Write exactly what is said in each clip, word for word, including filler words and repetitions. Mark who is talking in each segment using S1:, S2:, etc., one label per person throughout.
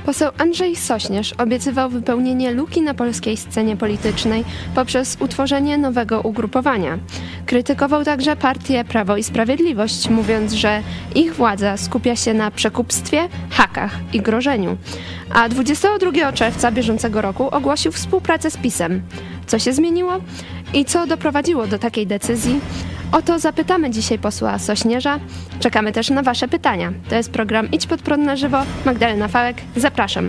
S1: Poseł Andrzej Sośnierz obiecywał wypełnienie luki na polskiej scenie politycznej poprzez utworzenie nowego ugrupowania. Krytykował także partię Prawo i Sprawiedliwość, mówiąc, że ich władza skupia się na przekupstwie, hakach i grożeniu. A dwudziestego drugiego czerwca bieżącego roku ogłosił współpracę z PiS-em. Co się zmieniło i co doprowadziło do takiej decyzji? O to zapytamy dzisiaj posła Sośnierza. Czekamy też na wasze pytania. To jest program Idź Pod Prąd na żywo. Magdalena Fałek, zapraszam.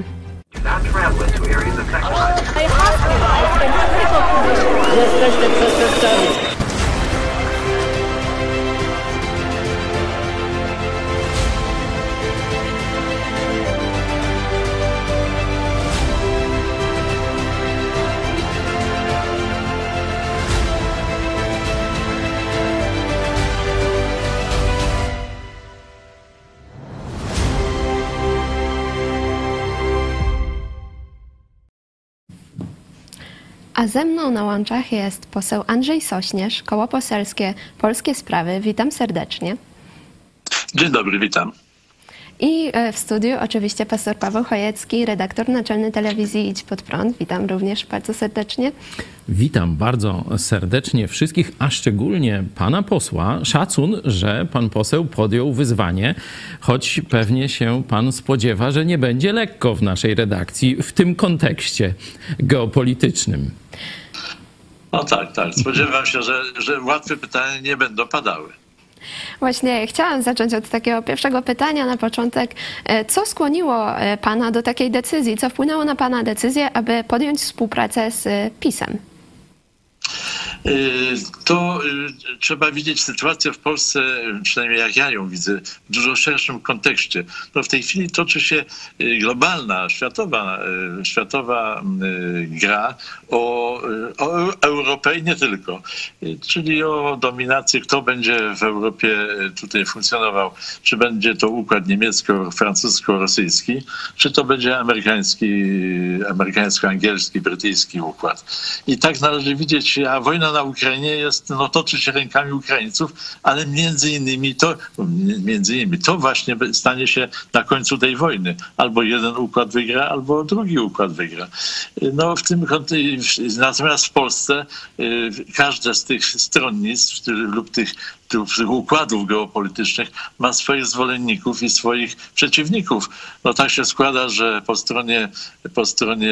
S2: Jesteście przestępcami.
S1: A ze mną na łączach jest poseł Andrzej Sośnierz, Koło Poselskie Polskie Sprawy. Witam serdecznie.
S3: Dzień dobry, witam.
S1: I w studiu oczywiście pastor Paweł Chojecki, redaktor naczelny telewizji Idź Pod Prąd. Witam również bardzo serdecznie.
S4: Witam bardzo serdecznie wszystkich, a szczególnie pana posła. Szacun, że pan poseł podjął wyzwanie, choć pewnie się pan spodziewa, że nie będzie lekko w naszej redakcji w tym kontekście geopolitycznym.
S3: No tak, tak. Spodziewam się, że, że łatwe pytania nie będą padały.
S1: Właśnie chciałam zacząć od takiego pierwszego pytania na początek. Co skłoniło pana do takiej decyzji? Co wpłynęło na pana decyzję, aby podjąć współpracę z PiS-em?
S3: To trzeba widzieć sytuację w Polsce, przynajmniej jak ja ją widzę, w dużo szerszym kontekście. No w tej chwili toczy się globalna, światowa, światowa gra o, o Europę i nie tylko. Czyli o dominację, kto będzie w Europie tutaj funkcjonował. Czy będzie to układ niemiecko-francusko-rosyjski, czy to będzie amerykański, amerykańsko-angielski, brytyjski układ. I tak należy widzieć, a wojna na Ukrainie jest, no toczy się rękami Ukraińców, ale między innymi to, między innymi to właśnie stanie się na końcu tej wojny. Albo jeden układ wygra, albo drugi układ wygra. No w tym natomiast w Polsce każde z tych stronnictw lub tych tych układów geopolitycznych ma swoich zwolenników i swoich przeciwników. No tak się składa, że po stronie, po stronie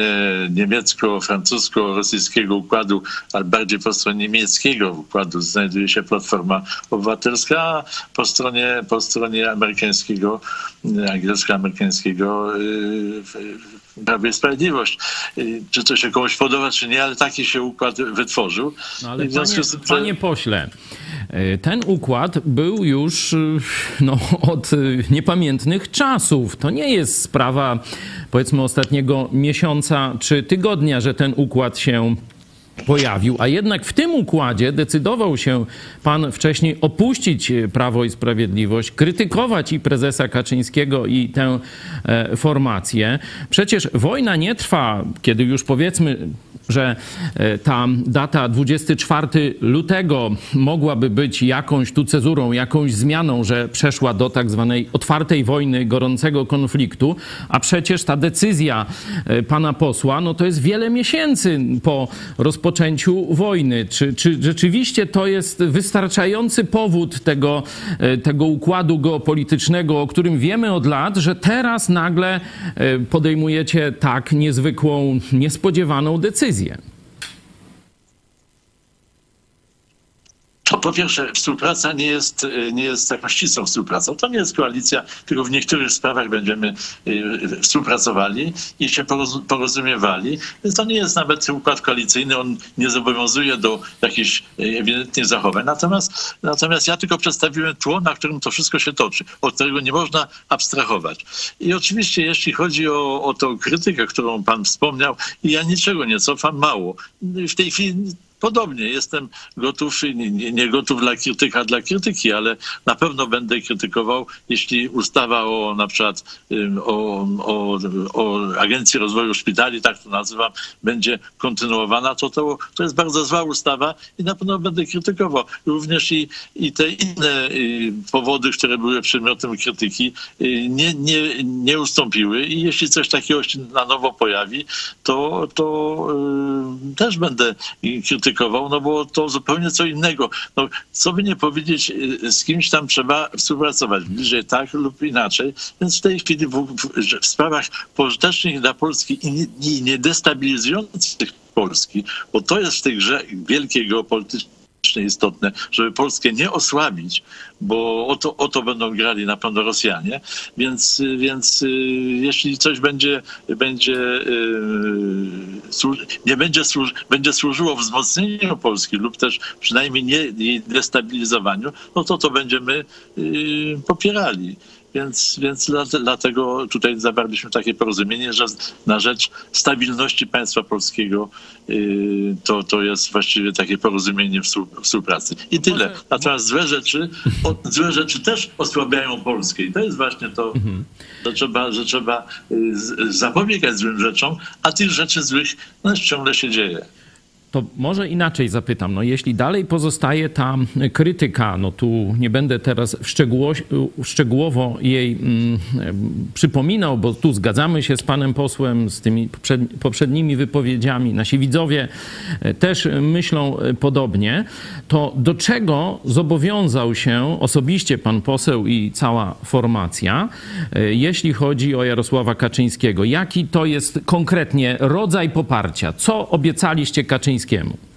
S3: niemiecko-francusko-rosyjskiego układu, ale bardziej po stronie niemieckiego układu znajduje się Platforma Obywatelska, a po stronie, po stronie amerykańskiego, angielsko-amerykańskiego Prawo i Sprawiedliwość. Czy to się komuś podoba, czy nie, ale taki się układ wytworzył.
S4: No ale panie, tym, panie pośle, ten układ był już no, od niepamiętnych czasów. To nie jest sprawa, powiedzmy, ostatniego miesiąca czy tygodnia, że ten układ się pojawił, a jednak w tym układzie decydował się pan wcześniej opuścić Prawo i Sprawiedliwość, krytykować i prezesa Kaczyńskiego i tę e, formację. Przecież wojna nie trwa, kiedy już powiedzmy, że ta data dwudziestego czwartego lutego mogłaby być jakąś tu cezurą, jakąś zmianą, że przeszła do tak zwanej otwartej wojny, gorącego konfliktu, a przecież ta decyzja pana posła, no to jest wiele miesięcy po rozpoczęciu wojny. Czy, czy rzeczywiście to jest wystarczający powód tego, tego układu geopolitycznego, o którym wiemy od lat, że teraz nagle podejmujecie tak niezwykłą, niespodziewaną decyzję?
S3: To po pierwsze, współpraca nie jest, nie jest taką ścisłą współpracą. To nie jest koalicja, tylko w niektórych sprawach będziemy współpracowali i się porozumiewali. To nie jest nawet układ koalicyjny, on nie zobowiązuje do jakichś ewidentnych zachowań. Natomiast, natomiast ja tylko przedstawiłem tło, na którym to wszystko się toczy, od którego nie można abstrahować. I oczywiście, jeśli chodzi o, o tą krytykę, którą pan wspomniał, ja niczego nie cofam, mało. W tej chwili podobnie. Jestem gotów, nie, nie gotów dla krytyka dla krytyki, ale na pewno będę krytykował, jeśli ustawa o na przykład o, o, o Agencji Rozwoju Szpitali, tak to nazywam, będzie kontynuowana, to, to to jest bardzo zła ustawa i na pewno będę krytykował. Również i, i te inne powody, które były przedmiotem krytyki, nie, nie, nie ustąpiły i jeśli coś takiego się na nowo pojawi, to, to yy, też będę krytykował, no bo to zupełnie co innego. No, co by nie powiedzieć, z kimś tam trzeba współpracować, bliżej tak lub inaczej, więc w tej chwili w, w, w sprawach pożytecznych dla Polski i, nie, i niedestabilizujących Polski, bo to jest w tej grze wielkie geopolityczne istotne, żeby Polskę nie osłabić, bo o to, o to będą grali na pewno Rosjanie, więc, więc jeśli coś będzie, będzie nie będzie, służy, będzie służyło wzmocnieniu Polski lub też przynajmniej nie jej destabilizowaniu, no to to będziemy popierali. Więc, więc dlatego tutaj zawarliśmy takie porozumienie, że na rzecz stabilności państwa polskiego to, to jest właściwie takie porozumienie współpracy. I tyle. Natomiast złe rzeczy, złe rzeczy też osłabiają Polskę. I to jest właśnie to, że trzeba, że trzeba zapobiegać złym rzeczom, a tych rzeczy złych no, ciągle się dzieje.
S4: To może inaczej zapytam. No jeśli dalej pozostaje ta krytyka, no tu nie będę teraz szczegóło, szczegółowo jej mm, przypominał, bo tu zgadzamy się z panem posłem, z tymi poprzednimi wypowiedziami. Nasi widzowie też myślą podobnie. To do czego zobowiązał się osobiście pan poseł i cała formacja, jeśli chodzi o Jarosława Kaczyńskiego? Jaki to jest konkretnie rodzaj poparcia? Co obiecaliście Kaczyńskiemu?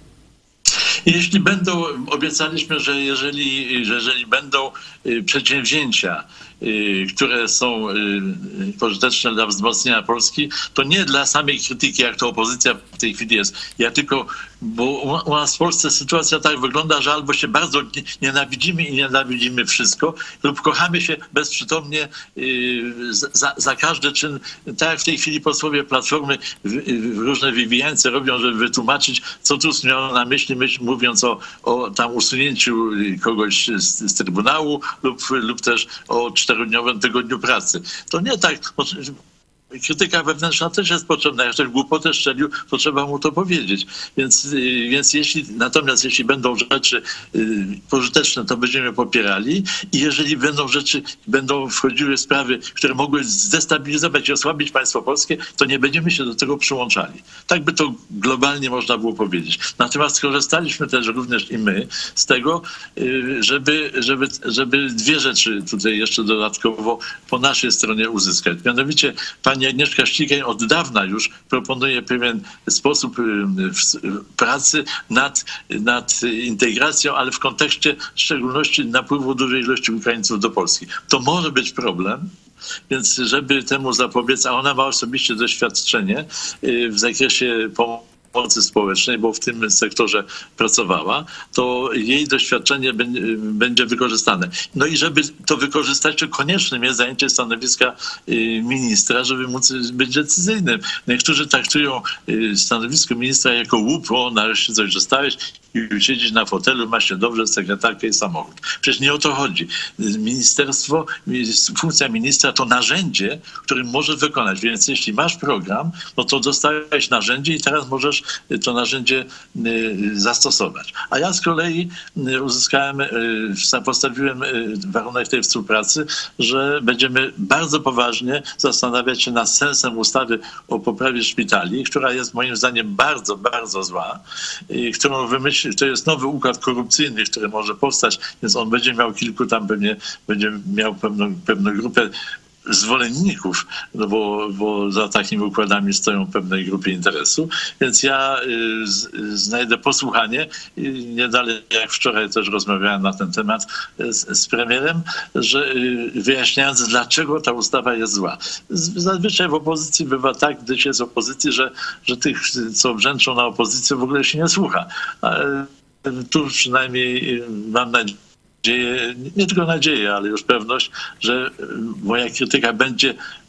S3: Jeśli będą, obiecaliśmy, że jeżeli, że jeżeli będą przedsięwzięcia, które są pożyteczne dla wzmocnienia Polski, to nie dla samej krytyki, jak to opozycja w tej chwili jest. Ja tylko, bo u nas w Polsce sytuacja tak wygląda, że albo się bardzo nienawidzimy i nienawidzimy wszystko, lub kochamy się bezprzytomnie za, za każdy czyn. Tak jak w tej chwili posłowie Platformy różne wywijance robią, żeby wytłumaczyć, co tu miano na myśli, myśl, mówiąc o, o tam usunięciu kogoś z, z Trybunału lub, lub też o czterodniowym tygodniu pracy. To nie tak. Krytyka wewnętrzna też jest potrzebna. Jak ktoś głupotę strzelił, to trzeba mu to powiedzieć. Więc, więc jeśli, natomiast jeśli będą rzeczy pożyteczne, to będziemy popierali i jeżeli będą rzeczy, będą wchodziły sprawy, które mogły zdestabilizować i osłabić państwo polskie, to nie będziemy się do tego przyłączali. Tak by to globalnie można było powiedzieć. Natomiast skorzystaliśmy też również i my z tego, żeby, żeby, żeby dwie rzeczy tutaj jeszcze dodatkowo po naszej stronie uzyskać. Mianowicie pani Agnieszka Ścigaj od dawna już proponuje pewien sposób pracy nad, nad integracją, ale w kontekście w szczególności napływu dużej ilości Ukraińców do Polski. To może być problem, więc żeby temu zapobiec, a ona ma osobiście doświadczenie w zakresie pomocy pomocy społecznej, bo w tym sektorze pracowała, to jej doświadczenie będzie wykorzystane. No i żeby to wykorzystać, to koniecznym jest zajęcie stanowiska ministra, żeby móc być decyzyjnym. Niektórzy traktują stanowisko ministra jako łup, o, nareszcie coś dostałeś i siedzieć na fotelu, ma się dobrze, sekretarkę i samochód. Przecież nie o to chodzi. Ministerstwo, funkcja ministra to narzędzie, którym możesz wykonać. Więc jeśli masz program, no to dostałeś narzędzie i teraz możesz to narzędzie zastosować. A ja z kolei uzyskałem, postawiłem warunek tej współpracy, że będziemy bardzo poważnie zastanawiać się nad sensem ustawy o poprawie szpitali, która jest moim zdaniem bardzo, bardzo zła, którą wymyślił, to jest nowy układ korupcyjny, który może powstać, więc on będzie miał kilku tam, pewnie będzie miał pewną, pewną grupę zwolenników, no bo, bo za takimi układami stoją pewnej grupy interesu. Więc ja y, z, znajdę posłuchanie i nie dalej jak wczoraj też rozmawiałem na ten temat z, z premierem, że y, wyjaśniając, dlaczego ta ustawa jest zła. Z, zazwyczaj w opozycji bywa tak, gdy się jest w opozycji, że, że tych, co brzęczą na opozycję, w ogóle się nie słucha. Ale tu przynajmniej mam nadzieję, Nadzieję, nie tylko nadzieję, ale już pewność, że moja krytyka będzie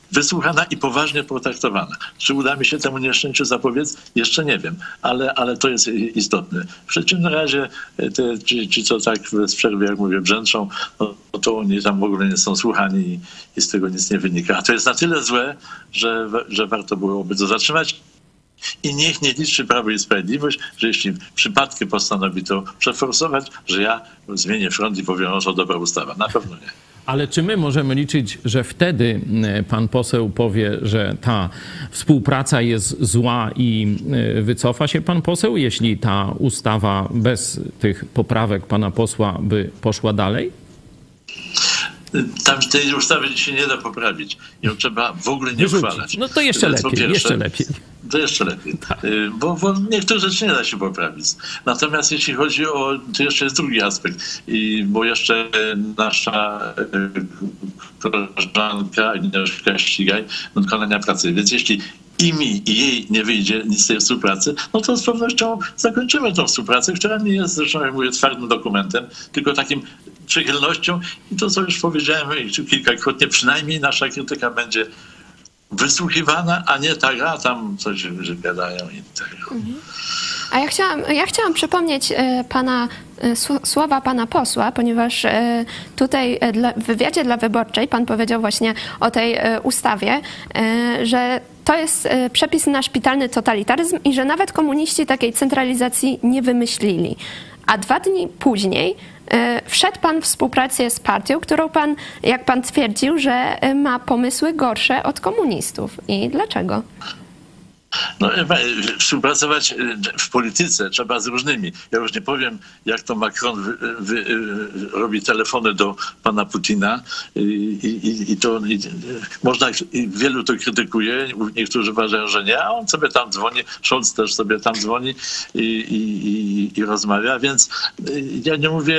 S3: wysłuchana i poważnie potraktowana. Czy uda mi się temu nieszczęściu zapobiec? Jeszcze nie wiem, ale, ale to jest istotne. W przeciwnym razie te, ci, ci, co tak bez przerwy, jak mówię, brzęczą, no, to oni tam w ogóle nie są słuchani i, i z tego nic nie wynika. A to jest na tyle złe, że, że warto byłoby to zatrzymać. I niech nie liczy Prawo i Sprawiedliwość, że jeśli przypadkiem postanowi to przeforsować, że ja zmienię front i powiem, że to dobra ustawa. Na pewno nie.
S4: Ale czy my możemy liczyć, że wtedy pan poseł powie, że ta współpraca jest zła i wycofa się pan poseł, jeśli ta ustawa bez tych poprawek pana posła by poszła dalej?
S3: Tam tej ustawy się nie da poprawić. Ją trzeba w ogóle nie
S4: Wyrzucić.
S3: uchwalać.
S4: No to jeszcze lepiej,
S3: pierwsze,
S4: jeszcze lepiej.
S3: To jeszcze lepiej, tak. bo, bo niektóre rzeczy nie da się poprawić. Natomiast jeśli chodzi o, to jeszcze jest drugi aspekt, I, bo jeszcze nasza koleżanka Agnieszka Ścigaj dokonania pracy. Więc jeśli i mi, i jej nie wyjdzie nic z tej współpracy, no to z pewnością zakończymy tą współpracę, która nie jest, zresztą jak mówię, twardym dokumentem, tylko takim przychylnością. I to, co już powiedziałem kilkakrotnie, przynajmniej nasza krytyka będzie wysłuchiwana, a nie tak, a tam coś gadają i tak.
S1: Mhm. A ja chciałam, ja chciałam przypomnieć pana, słowa pana posła, ponieważ tutaj w wywiadzie dla Wyborczej pan powiedział właśnie o tej ustawie, że to jest przepis na szpitalny totalitaryzm i że nawet komuniści takiej centralizacji nie wymyślili. A dwa dni później wszedł pan w współpracę z partią, którą pan, jak pan twierdził, że ma pomysły gorsze od komunistów. I dlaczego?
S3: No, współpracować w polityce trzeba z różnymi. Ja już nie powiem, jak to Macron wy, wy, robi telefony do pana Putina i, i, i to i, można, i wielu to krytykuje, niektórzy uważają, że nie, a on sobie tam dzwoni, Scholz też sobie tam dzwoni i, i, i, i rozmawia, więc ja nie mówię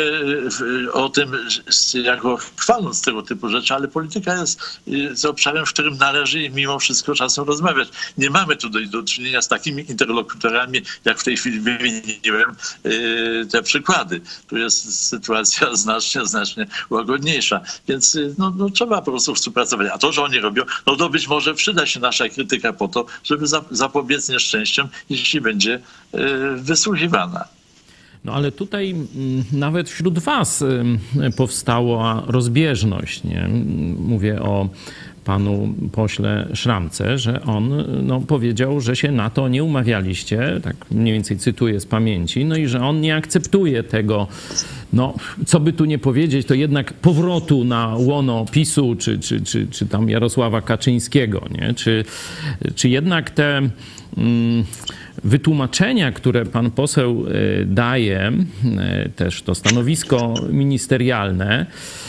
S3: o tym jako chwaląc tego typu rzeczy, ale polityka jest z obszarem, w którym należy mimo wszystko czasem rozmawiać. Nie mamy tutaj do czynienia z takimi interlokutorami, jak w tej chwili wymieniłem te przykłady. Tu jest sytuacja znacznie, znacznie łagodniejsza. Więc no, no, trzeba po prostu współpracować. A to, że oni robią, no to być może przyda się nasza krytyka po to, żeby zapobiec nieszczęściom, jeśli będzie wysłuchiwana.
S4: No ale tutaj nawet wśród was powstała rozbieżność. Nie? Mówię o panu pośle Szramce, że on no, powiedział, że się na to nie umawialiście, tak mniej więcej cytuję z pamięci, no i że on nie akceptuje tego, no co by tu nie powiedzieć, to jednak powrotu na łono PiSu, czy, czy, czy, czy tam Jarosława Kaczyńskiego, nie? Czy, czy jednak te mm, wytłumaczenia, które pan poseł daje, też to stanowisko ministerialne,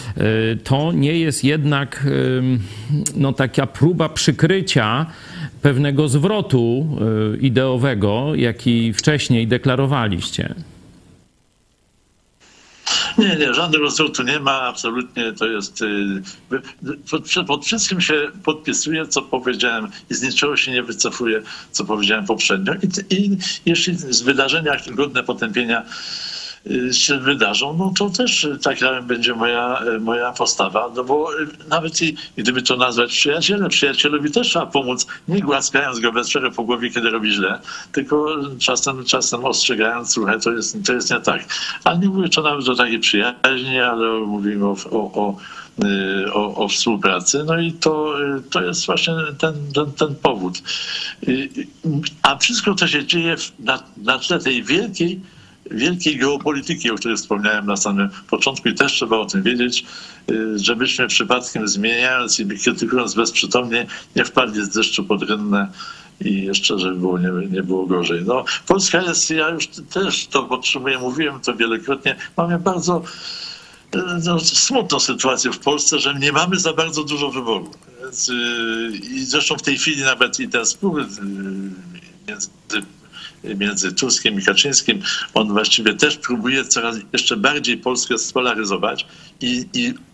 S4: to nie jest jednak no, taka próba przykrycia pewnego zwrotu ideowego, jaki wcześniej deklarowaliście.
S3: Nie, nie, żadnego zwrotu nie ma, absolutnie to jest... Pod, pod wszystkim się podpisuję, co powiedziałem i z niczego się nie wycofuję, co powiedziałem poprzednio. I, i jeśli z wydarzenia godne potępienia się wydarzą, no to też taka będzie moja, moja postawa, no bo nawet i gdyby to nazwać przyjacielem, przyjacielowi też trzeba pomóc, nie głaskając go bez przerwy po głowie, kiedy robi źle, tylko czasem, czasem ostrzegając, słuchaj, to jest, to jest nie tak. Ale nie mówię to nawet o takiej przyjaźni, ale mówimy o, o, o O, o współpracy. No i to, to jest właśnie ten, ten, ten powód. A wszystko to się dzieje na, na tle tej wielkiej, wielkiej geopolityki, o której wspomniałem na samym początku i też trzeba o tym wiedzieć, żebyśmy przypadkiem zmieniając i krytykując bezprzytomnie nie wpadli z deszczu pod rynnę i jeszcze, żeby było, nie, nie było gorzej. No, Polska jest, ja już też to podtrzymuję, mówiłem to wielokrotnie, mamy bardzo no, smutną sytuację w Polsce, że nie mamy za bardzo dużo wyboru. Więc, yy, i zresztą w tej chwili nawet i ten spór yy, między, między Tuskiem i Kaczyńskim, on właściwie też próbuje coraz jeszcze bardziej Polskę spolaryzować i, i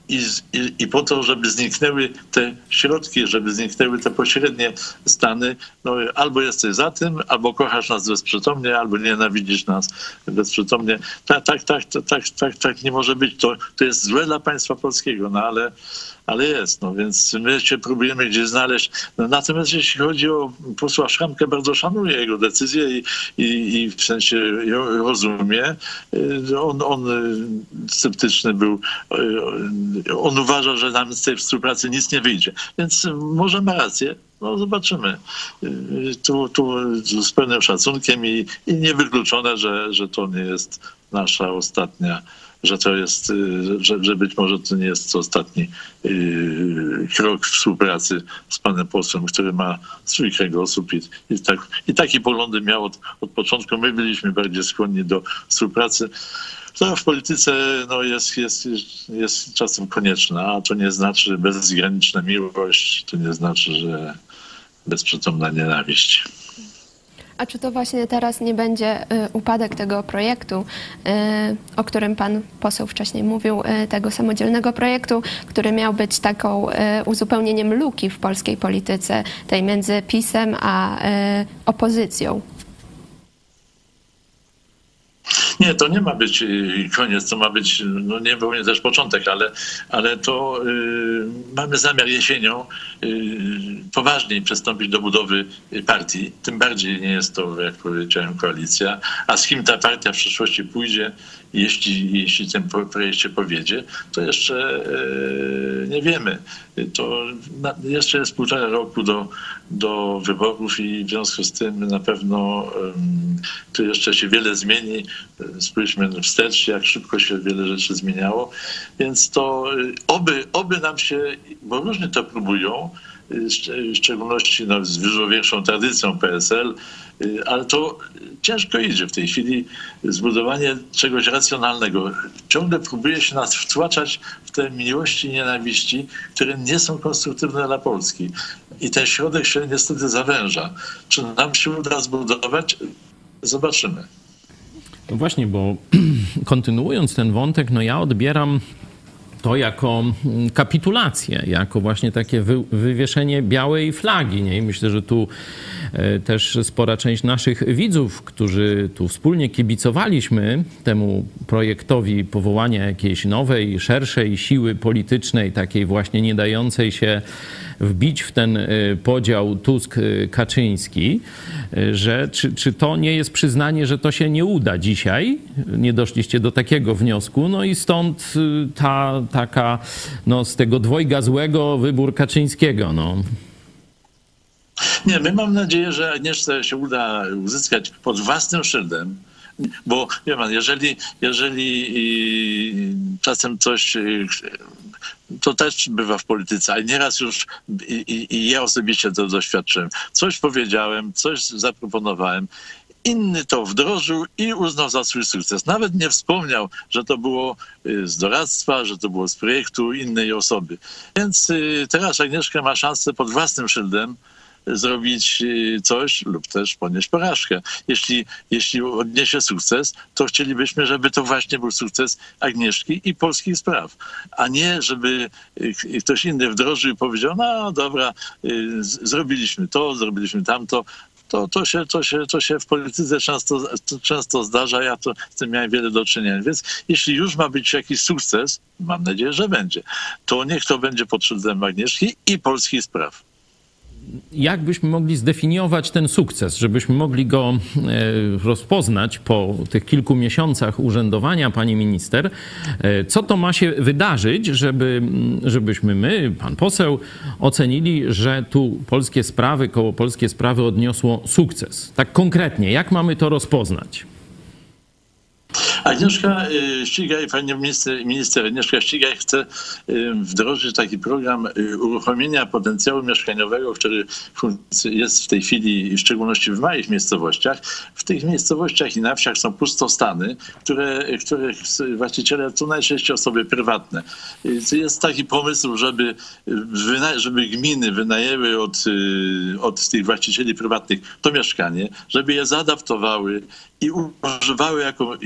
S3: i, i, i po to, żeby zniknęły te środki, żeby zniknęły te pośrednie stany, no albo jesteś za tym, albo kochasz nas bezprzytomnie, albo nienawidzisz nas bezprzytomnie. Tak, tak, tak, tak, tak, tak, tak nie może być. To, to jest złe dla państwa polskiego, no ale ale jest, no więc my się próbujemy gdzieś znaleźć. No, natomiast jeśli chodzi o posła Szramkę, bardzo szanuję jego decyzję i, i, i w sensie ją rozumie. On, on sceptyczny był, on uważa, że nam z tej współpracy nic nie wyjdzie. Więc może ma rację. No zobaczymy. Tu, tu z pełnym szacunkiem i, i niewykluczone, że, że to nie jest nasza ostatnia, że to jest, że, że być może to nie jest ostatni yy, krok współpracy z panem posłem, który ma swój kręgosłup i, i, tak, i takie poglądy miał od, od początku. My byliśmy bardziej skłonni do współpracy. To w polityce no, jest, jest, jest czasem konieczna, a to nie znaczy, że bezgraniczna miłość, to nie znaczy, że bezprzytomna nienawiść.
S1: A czy to właśnie teraz nie będzie upadek tego projektu, o którym pan poseł wcześniej mówił, tego samodzielnego projektu, który miał być taką uzupełnieniem luki w polskiej polityce, tej między PiS-em a opozycją?
S3: Nie, to nie ma być koniec, to ma być, no nie był też początek, ale, ale to y, mamy zamiar jesienią y, poważniej przystąpić do budowy partii. Tym bardziej nie jest to, jak powiedziałem, koalicja. A z kim ta partia w przyszłości pójdzie, jeśli, jeśli ten projekt się powiedzie, to jeszcze y, nie wiemy. To na, jeszcze jest półtora roku do, do wyborów i w związku z tym na pewno y, tu jeszcze się wiele zmieni. Spójrzmy wstecz, jak szybko się wiele rzeczy zmieniało. Więc to oby, oby nam się, bo różnie to próbują, w szczególności no, z dużo większą tradycją P S L, ale to ciężko idzie w tej chwili zbudowanie czegoś racjonalnego. Ciągle próbuje się nas wtłaczać w te miłości i nienawiści, które nie są konstruktywne dla Polski. I ten środek się niestety zawęża. Czy nam się uda zbudować? Zobaczymy.
S4: No właśnie, bo kontynuując ten wątek, no ja odbieram to jako kapitulację, jako właśnie takie wy, wywieszenie białej flagi. Nie? I myślę, że tu też spora część naszych widzów, którzy tu wspólnie kibicowaliśmy temu projektowi powołania jakiejś nowej, szerszej siły politycznej, takiej właśnie nie dającej się wbić w ten podział Tusk-Kaczyński, że czy, czy to nie jest przyznanie, że to się nie uda dzisiaj? Nie doszliście do takiego wniosku, no i stąd ta taka, no z tego dwojga złego wybór Kaczyńskiego, no.
S3: Nie, my mam nadzieję, że Agnieszce się uda uzyskać pod własnym szyldem, bo wie pan, jeżeli, jeżeli czasem coś, to też bywa w polityce, ale nieraz już i, i, i ja osobiście to doświadczyłem. Coś powiedziałem, coś zaproponowałem, inny to wdrożył i uznał za swój sukces. Nawet nie wspomniał, że to było z doradztwa, że to było z projektu innej osoby. Więc teraz Agnieszka ma szansę pod własnym szyldem zrobić coś lub też ponieść porażkę. Jeśli, jeśli odniesie sukces, to chcielibyśmy, żeby to właśnie był sukces Agnieszki i polskich spraw, a nie żeby ktoś inny wdrożył i powiedział, no dobra, zrobiliśmy to, zrobiliśmy tamto. To, to, się, to, się, to się w polityce często, często zdarza, ja to z tym miałem wiele do czynienia. Więc jeśli już ma być jakiś sukces, mam nadzieję, że będzie, to niech to będzie pod szyldem Agnieszki i polskich spraw.
S4: Jak byśmy mogli zdefiniować ten sukces, żebyśmy mogli go rozpoznać po tych kilku miesiącach urzędowania pani minister? Co to ma się wydarzyć, żeby, żebyśmy my, pan poseł, ocenili, że tu polskie sprawy, koło polskie sprawy odniosło sukces? Tak konkretnie, jak mamy to rozpoznać?
S3: Agnieszka Ścigaj, pani minister, minister Agnieszka Ścigaj chce wdrożyć taki program uruchomienia potencjału mieszkaniowego, który jest w tej chwili, w szczególności w małych miejscowościach. W tych miejscowościach i na wsiach są pustostany, które, których właściciele to najczęściej osoby prywatne. Jest taki pomysł, żeby, żeby gminy wynajęły od, od tych właścicieli prywatnych to mieszkanie, żeby je zaadaptowały i używały jako, jako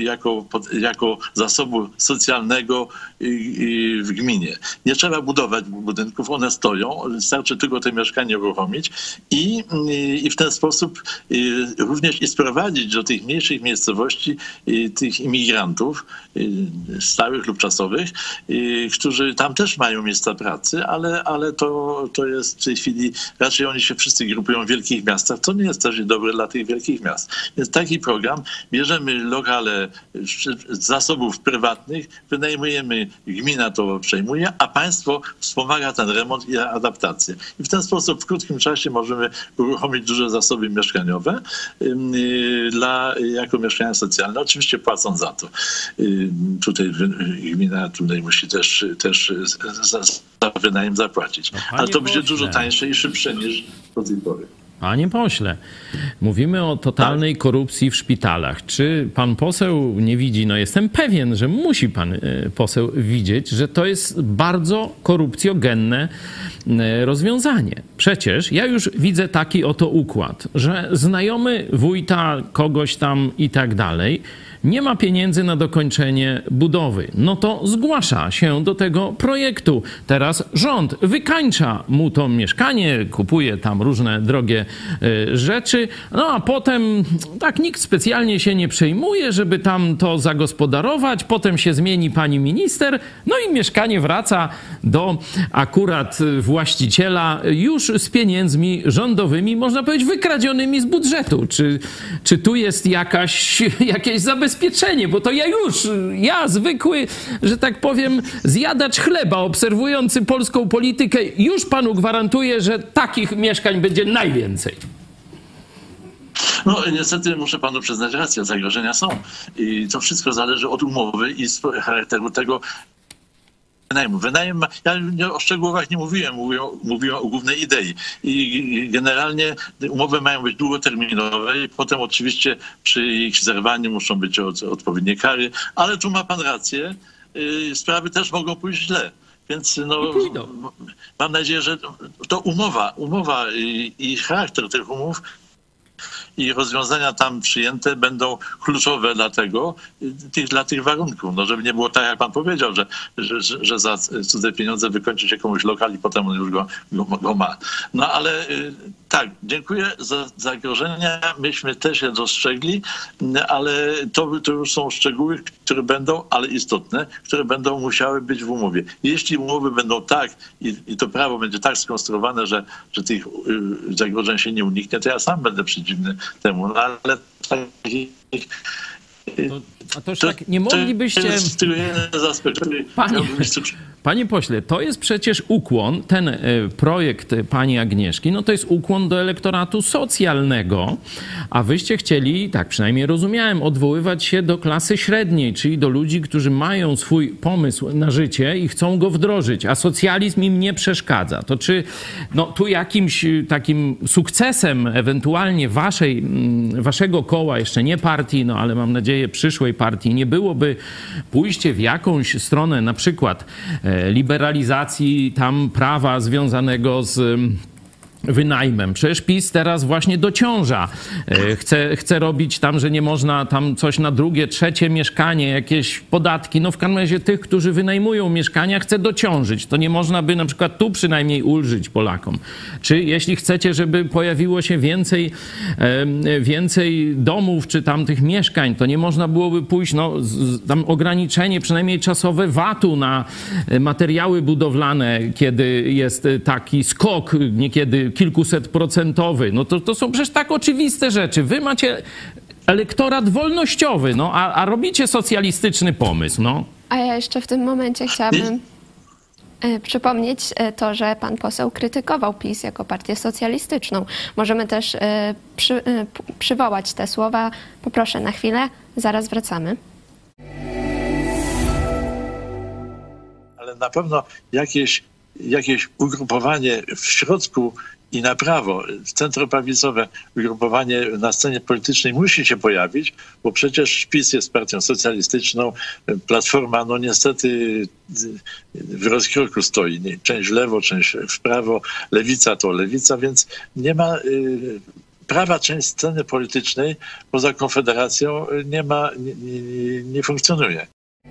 S3: jako, jako zasobu socjalnego w gminie. Nie trzeba budować budynków, one stoją, wystarczy tylko te mieszkania uruchomić i, i w ten sposób również i sprowadzić do tych mniejszych miejscowości tych imigrantów stałych lub czasowych, którzy tam też mają miejsca pracy, ale, ale to, to jest w tej chwili, raczej oni się wszyscy grupują w wielkich miastach, to nie jest też dobre dla tych wielkich miast. Więc taki program, bierzemy lokale z zasobów prywatnych, wynajmujemy, gmina to przejmuje, a państwo wspomaga ten remont i adaptację. I w ten sposób w krótkim czasie możemy uruchomić duże zasoby mieszkaniowe dla, jako mieszkania socjalne, oczywiście płacąc za to. Tutaj gmina tutaj musi też, też za, za wynajem zapłacić. No, ale to będzie dużo tańsze i szybsze niż do tej pory.
S4: Panie pośle, mówimy o totalnej korupcji w szpitalach. Czy pan poseł nie widzi? No jestem pewien, że musi pan poseł widzieć, że to jest bardzo korupcjogenne rozwiązanie. Przecież ja już widzę taki oto układ, że znajomy wójta, kogoś tam i tak dalej, nie ma pieniędzy na dokończenie budowy. No to zgłasza się do tego projektu. Teraz rząd wykańcza mu to mieszkanie, kupuje tam różne drogie y, rzeczy, no a potem tak nikt specjalnie się nie przejmuje, żeby tam to zagospodarować. Potem się zmieni pani minister, no i mieszkanie wraca do akurat właściciela już z pieniędzmi rządowymi, można powiedzieć, wykradzionymi z budżetu. Czy, czy tu jest jakaś, jakieś zabezpieczenie? Zabezpieczenie, bo to ja już, ja zwykły, że tak powiem, zjadacz chleba, obserwujący polską politykę, już panu gwarantuję, że takich mieszkań będzie najwięcej.
S3: No niestety muszę panu przyznać rację, zagrożenia są. I to wszystko zależy od umowy i charakteru tego wynajmu. Wynajem, ja o szczegółach nie mówiłem, mówiłem, mówiłem o głównej idei. I generalnie umowy mają być długoterminowe i potem oczywiście przy ich zerwaniu muszą być odpowiednie kary, ale tu ma pan rację, sprawy też mogą pójść źle. Więc no, mam nadzieję, że to umowa, umowa i, i charakter tych umów i rozwiązania tam przyjęte będą kluczowe dla tego, tych, dla tych warunków. No, żeby nie było tak, jak pan powiedział, że, że, że za cudze pieniądze wykończy się komuś lokal i potem on już go, go, go ma. No ale tak, dziękuję za zagrożenia. Myśmy też je dostrzegli, ale to, to już są szczegóły, które będą, ale istotne, które będą musiały być w umowie. Jeśli umowy będą tak i, i to prawo będzie tak skonstruowane, że, że tych zagrożeń się nie uniknie, to ja sam będę przeciwny temu, no, ale takich...
S4: To, a toż tak nie moglibyście...
S3: To jest tylko jeden z aspektów.
S4: Panie, panie pośle, to jest przecież ukłon, ten projekt pani Agnieszki, no to jest ukłon do elektoratu socjalnego, a wyście chcieli, tak przynajmniej rozumiałem, odwoływać się do klasy średniej, czyli do ludzi, którzy mają swój pomysł na życie i chcą go wdrożyć, a socjalizm im nie przeszkadza. To czy no, tu jakimś takim sukcesem ewentualnie waszej, waszego koła, jeszcze nie partii, no ale mam nadzieję przyszłej partii, nie byłoby pójście w jakąś stronę na przykład liberalizacji tam prawa związanego z wynajmem. Przecież PiS teraz właśnie dociąża. Chce, chce robić tam, że nie można tam coś na drugie, trzecie mieszkanie, jakieś podatki. No w każdym razie tych, którzy wynajmują mieszkania, chce dociążyć. To nie można by na przykład tu przynajmniej ulżyć Polakom. Czy jeśli chcecie, żeby pojawiło się więcej, więcej domów, czy tam tych mieszkań, to nie można byłoby pójść, no tam ograniczenie przynajmniej czasowe vatu na materiały budowlane, kiedy jest taki skok, niekiedy kilkuset procentowy. No to, to są przecież tak oczywiste rzeczy. Wy macie elektorat wolnościowy, no, a, a robicie socjalistyczny pomysł, no.
S1: A ja jeszcze w tym momencie chciałabym y, przypomnieć y, to, że pan poseł krytykował PiS jako partię socjalistyczną. Możemy też y, przy, y, przywołać te słowa. Poproszę na chwilę, zaraz wracamy.
S3: Ale na pewno jakieś, jakieś ugrupowanie w środku i na prawo, centroprawicowe ugrupowanie na scenie politycznej musi się pojawić, bo przecież PiS jest partią socjalistyczną, Platforma no niestety w rozkroku stoi, część w lewo, część w prawo, lewica to lewica, więc nie ma prawa część sceny politycznej poza Konfederacją nie ma, nie, nie, nie funkcjonuje.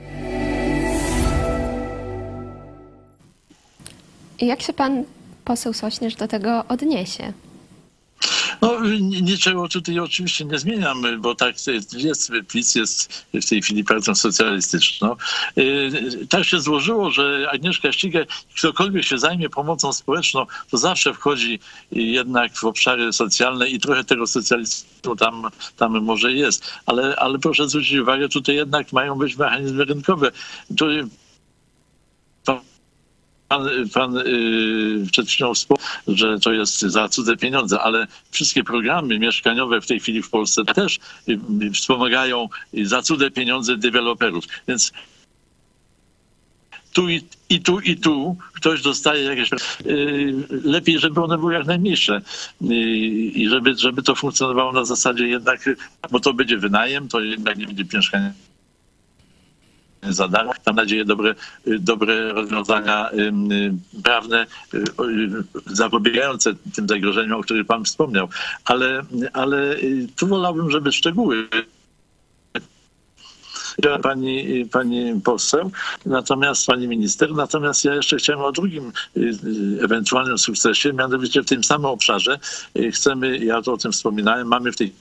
S1: Jak się pan poseł Sośnierz do tego odniesie?
S3: No, niczego tutaj oczywiście nie zmieniam, bo tak jest, PiS jest w tej chwili partią socjalistyczną. Tak się złożyło, że Agnieszka Ścigaj, ktokolwiek się zajmie pomocą społeczną, to zawsze wchodzi jednak w obszary socjalne i trochę tego socjalizmu tam, tam może jest. Ale, ale proszę zwrócić uwagę, tutaj jednak mają być mechanizmy rynkowe. To, Pan, pan yy, przed chwilą wspomniał, że to jest za cudze pieniądze, ale wszystkie programy mieszkaniowe w tej chwili w Polsce też yy, wspomagają za cudze pieniądze deweloperów. Więc tu i, i tu, i tu ktoś dostaje jakieś... Yy, lepiej, żeby one były jak najmniejsze yy, i żeby, żeby to funkcjonowało na zasadzie jednak, bo to będzie wynajem, to jednak nie będzie mieszkanie za darmo. Mam nadzieję dobre, dobre rozwiązania prawne zapobiegające tym zagrożeniom, o których pan wspomniał. Ale, ale tu wolałbym, żeby szczegóły pani, pani poseł, natomiast pani minister, natomiast ja jeszcze chciałem o drugim ewentualnym sukcesie, mianowicie w tym samym obszarze chcemy, ja to o tym wspominałem, mamy w tej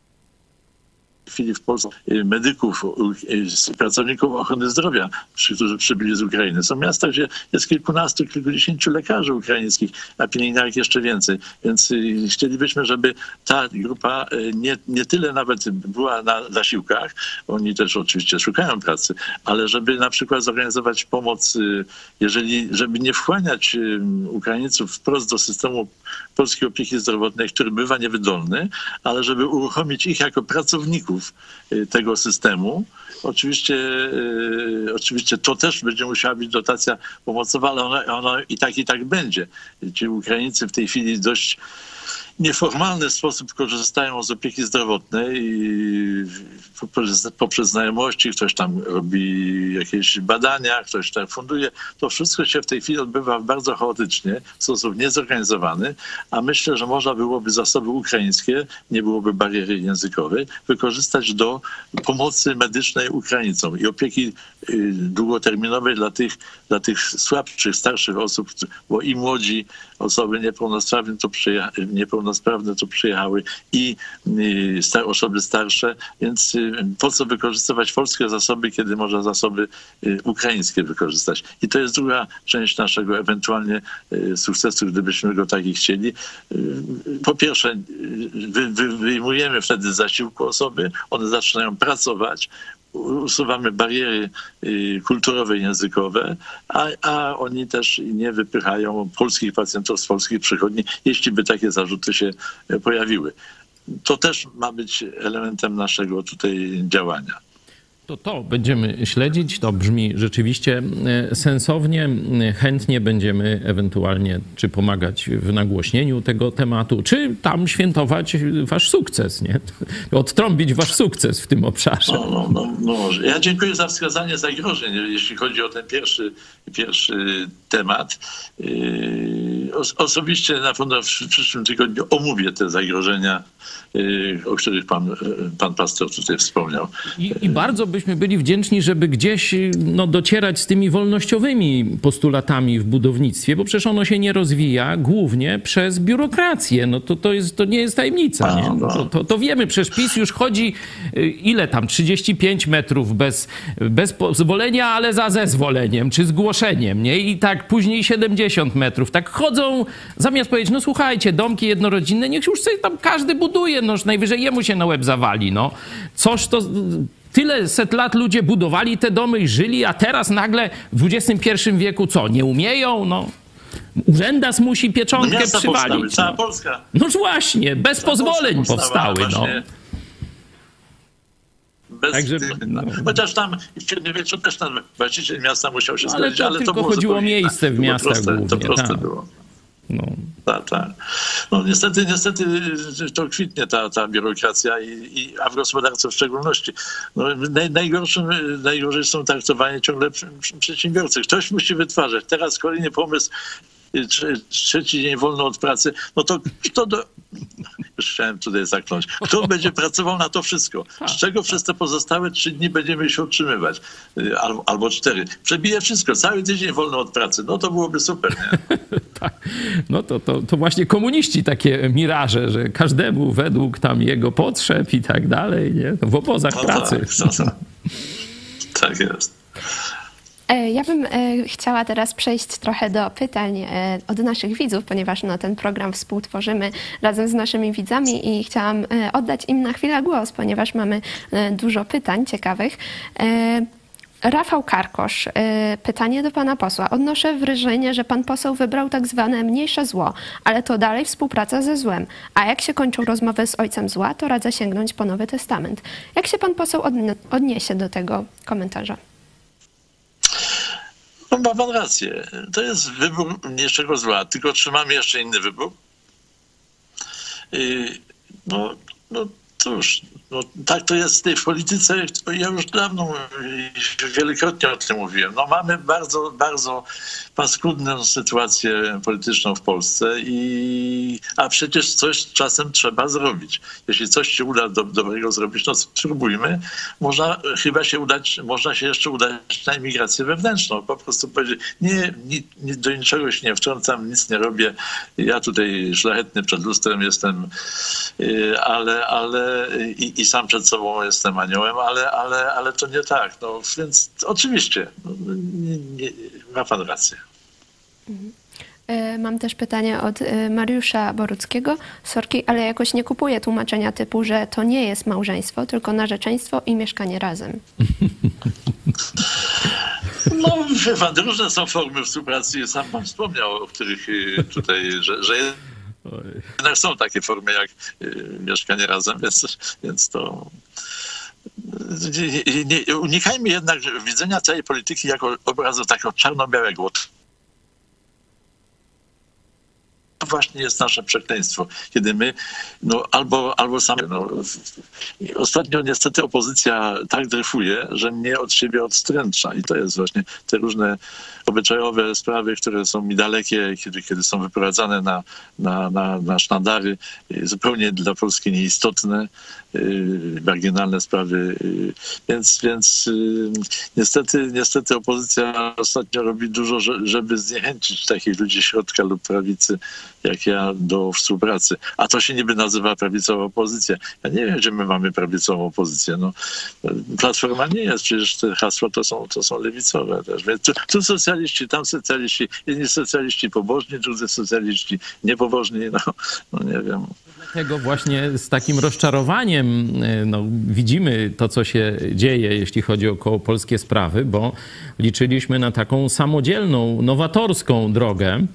S3: chwili w Polsce medyków, pracowników ochrony zdrowia, którzy przybyli z Ukrainy. Są miasta, gdzie jest kilkunastu, kilkudziesięciu lekarzy ukraińskich, a pielęgniarek jeszcze więcej. Więc chcielibyśmy, żeby ta grupa nie, nie tyle nawet była na zasiłkach, oni też oczywiście szukają pracy, ale żeby na przykład zorganizować pomoc, jeżeli, żeby nie wchłaniać Ukraińców wprost do systemu polskiej opieki zdrowotnej, który bywa niewydolny, ale żeby uruchomić ich jako pracowników tego systemu. Oczywiście, oczywiście to też będzie musiała być dotacja pomocowa, ale ona, ona i tak, i tak będzie. Ci Ukraińcy w tej chwili dość nieformalny sposób korzystają z opieki zdrowotnej i poprzez, poprzez znajomości, ktoś tam robi jakieś badania, ktoś tam funduje. To wszystko się w tej chwili odbywa bardzo chaotycznie, w sposób niezorganizowany, a myślę, że można byłoby zasoby ukraińskie, nie byłoby bariery językowej, wykorzystać do pomocy medycznej Ukraińcom i opieki długoterminowej dla tych, dla tych słabszych, starszych osób, bo i młodzi osoby niepełnosprawne to, przyjecha, niepełnosprawne to przyjechały i star, osoby starsze, więc po co wykorzystywać polskie zasoby, kiedy można zasoby ukraińskie wykorzystać. I to jest druga część naszego ewentualnie sukcesu, gdybyśmy go taki chcieli. Po pierwsze, wy, wy, wyjmujemy wtedy z zasiłku osoby, one zaczynają pracować, usuwamy bariery kulturowe i językowe, a, a oni też nie wypychają polskich pacjentów z polskich przychodni, jeśli by takie zarzuty się pojawiły. To też ma być elementem naszego tutaj działania.
S4: To to będziemy śledzić, to brzmi rzeczywiście sensownie. Chętnie będziemy ewentualnie czy pomagać w nagłośnieniu tego tematu, czy tam świętować wasz sukces, nie? Odtrąbić wasz sukces w tym obszarze.
S3: No, no, no, no. Ja dziękuję za wskazanie zagrożeń, jeśli chodzi o ten pierwszy, pierwszy temat. Osobiście na pewno w przyszłym tygodniu omówię te zagrożenia, o których pan, pan pastor tutaj wspomniał.
S4: I, i bardzo byśmy byli wdzięczni, żeby gdzieś no, docierać z tymi wolnościowymi postulatami w budownictwie, bo przecież ono się nie rozwija głównie przez biurokrację. No to, to, jest, to nie jest tajemnica. Nie? To, to, to wiemy, przecież PiS już chodzi ile tam, trzydzieści pięć metrów bez, bez pozwolenia, ale za zezwoleniem, czy zgłoszeniem, nie? I tak później siedemdziesiąt metrów. Tak chodzą, zamiast powiedzieć, no słuchajcie, domki jednorodzinne, niech już sobie tam każdy buduje, no najwyżej jemu się na łeb zawali, no. Coż to... Tyle set lat ludzie budowali te domy i żyli, a teraz nagle w dwudziestym pierwszym wieku co, nie umieją? No, urzędas musi pieczątkę
S3: no
S4: przywalić.
S3: No. Cała
S4: no.
S3: Polska.
S4: No właśnie, bez Cała pozwoleń powstały. No.
S3: Bez Także, tych, no. Chociaż tam w średniowieczu też tam właściciel miasta musiał się zgodzić,
S4: ale to
S3: ale
S4: tylko
S3: to było
S4: chodziło o miejsce w miastach
S3: proste,
S4: głównie.
S3: To proste
S4: tak.
S3: było.
S4: No.
S3: Tak, tak. No niestety, niestety to kwitnie ta, ta biurokracja, i, i, a w gospodarce w szczególności. No, naj, najgorszym, najgorzej są traktowani ciągle przedsiębiorcy. Ktoś musi wytwarzać. Teraz kolejny pomysł, trzeci dzień wolno od pracy. No to kto do... już chciałem tutaj zakląć. Kto będzie pracował na to wszystko? Z czego przez te pozostałe trzy dni będziemy się utrzymywać? Albo, albo cztery. Przebije wszystko. Cały tydzień wolno od pracy. No to byłoby super, nie?
S4: Tak. No to, to, to właśnie komuniści takie miraże, że każdemu według tam jego potrzeb i tak dalej, nie? W obozach
S3: no
S4: pracy.
S3: Tak, to, to. tak jest.
S1: Ja bym chciała teraz przejść trochę do pytań od naszych widzów, ponieważ no, ten program współtworzymy razem z naszymi widzami i chciałam oddać im na chwilę głos, ponieważ mamy dużo pytań ciekawych. Rafał Karkosz, pytanie do pana posła. Odnoszę wrażenie, że pan poseł wybrał tak zwane mniejsze zło, ale to dalej współpraca ze złem. A jak się kończą rozmowy z ojcem zła, to radzę sięgnąć po Nowy Testament. Jak się pan poseł odniesie do tego komentarza?
S3: No, ma pan rację. To jest wybór mniejszego zła, tylko czy mamy jeszcze inny wybór? No, no cóż, no, tak to jest w tej polityce. Ja już dawno, wielokrotnie o tym mówiłem. No, mamy bardzo, bardzo paskudną sytuację polityczną w Polsce, i, a przecież coś czasem trzeba zrobić. Jeśli coś się uda do, dobrego zrobić, no spróbujmy. Można chyba się udać, można się jeszcze udać na emigrację wewnętrzną. Po prostu powiedzieć, nie, nie, nie do niczego się nie wtrącam, nic nie robię. Ja tutaj szlachetny przed lustrem jestem, ale, ale i, i sam przed sobą jestem aniołem, ale, ale, ale to nie tak. No, więc oczywiście, no, nie, nie, ma pan rację.
S1: Mam też pytanie od Mariusza Boruckiego. Sorki, ale jakoś nie kupuję tłumaczenia typu, że to nie jest małżeństwo, tylko narzeczeństwo i mieszkanie razem.
S3: No, wie pan, różne są formy współpracy. Sam pan wspomniał, o których tutaj, że, że jednak są takie formy jak mieszkanie razem, więc, więc to... Nie, nie, unikajmy jednak widzenia całej polityki jako obrazu takiego czarno-białego. To właśnie jest nasze przekleństwo, kiedy my no, albo, albo sami... No, ostatnio niestety opozycja tak dryfuje, że mnie od siebie odstręcza, i to jest właśnie te różne obyczajowe sprawy, które są mi dalekie, kiedy, kiedy są wyprowadzane na, na, na, na sztandary, zupełnie dla Polski nieistotne, yy, marginalne sprawy. Yy, więc więc yy, niestety, niestety opozycja ostatnio robi dużo, żeby zniechęcić takich ludzi środka lub prawicy, jak ja, do współpracy. A to się niby nazywa prawicowa opozycja. Ja nie wiem, gdzie my mamy prawicową opozycję. No, Platforma nie jest, przecież te hasła to są, to są lewicowe też. Więc tu, tu socjaliści, tam socjaliści, jedni socjaliści pobożni, drudzy socjaliści niepobożni, no, no nie wiem.
S4: Dlatego właśnie z takim rozczarowaniem no, widzimy to, co się dzieje, jeśli chodzi o kołopolskie sprawy, bo liczyliśmy na taką samodzielną, nowatorską drogę.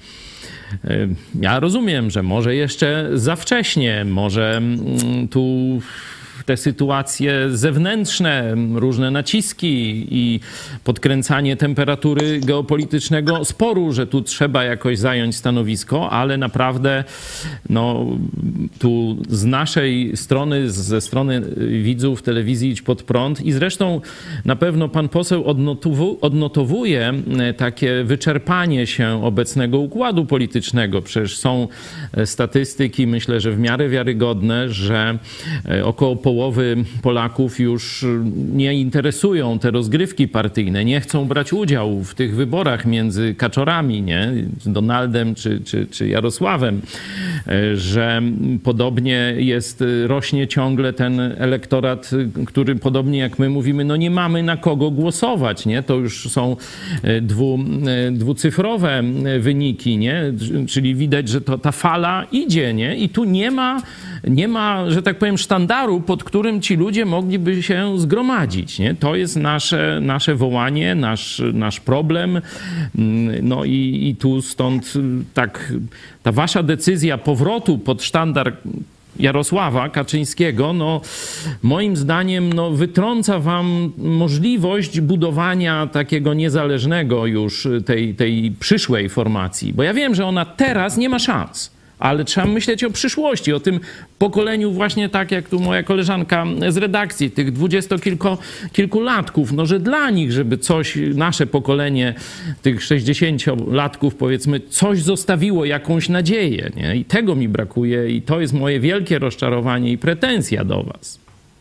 S4: Ja rozumiem, że może jeszcze za wcześnie, może tu te sytuacje zewnętrzne, różne naciski i podkręcanie temperatury geopolitycznego sporu, że tu trzeba jakoś zająć stanowisko, ale naprawdę no, tu z naszej strony, ze strony widzów telewizji Idź Pod Prąd, i zresztą na pewno pan poseł odnotowuje takie wyczerpanie się obecnego układu politycznego. Przecież są statystyki, myślę, że w miarę wiarygodne, że około połowy Polaków już nie interesują te rozgrywki partyjne, nie chcą brać udziału w tych wyborach między kaczorami, nie? Donaldem czy, czy, czy Jarosławem, że podobnie jest, rośnie ciągle ten elektorat, który podobnie jak my mówimy, no nie mamy na kogo głosować, nie? To już są dwu, dwucyfrowe wyniki, nie? Czyli widać, że to, ta fala idzie, nie? I tu nie ma, nie ma, że tak powiem, sztandaru, pod którym ci ludzie mogliby się zgromadzić, nie? To jest nasze, nasze wołanie, nasz, nasz problem. No i, i tu stąd tak ta wasza decyzja powrotu pod sztandar Jarosława Kaczyńskiego, no moim zdaniem no, wytrąca wam możliwość budowania takiego niezależnego już tej, tej przyszłej formacji. Bo ja wiem, że ona teraz nie ma szans. ale trzeba myśleć o przyszłości, o tym pokoleniu właśnie tak, jak tu moja koleżanka z redakcji, tych dwudziestokilkulatków, no że dla nich, żeby coś, nasze pokolenie tych sześćdziesięciolatków powiedzmy, coś zostawiło, jakąś nadzieję, nie? I tego mi brakuje i to jest moje wielkie rozczarowanie i pretensja do was.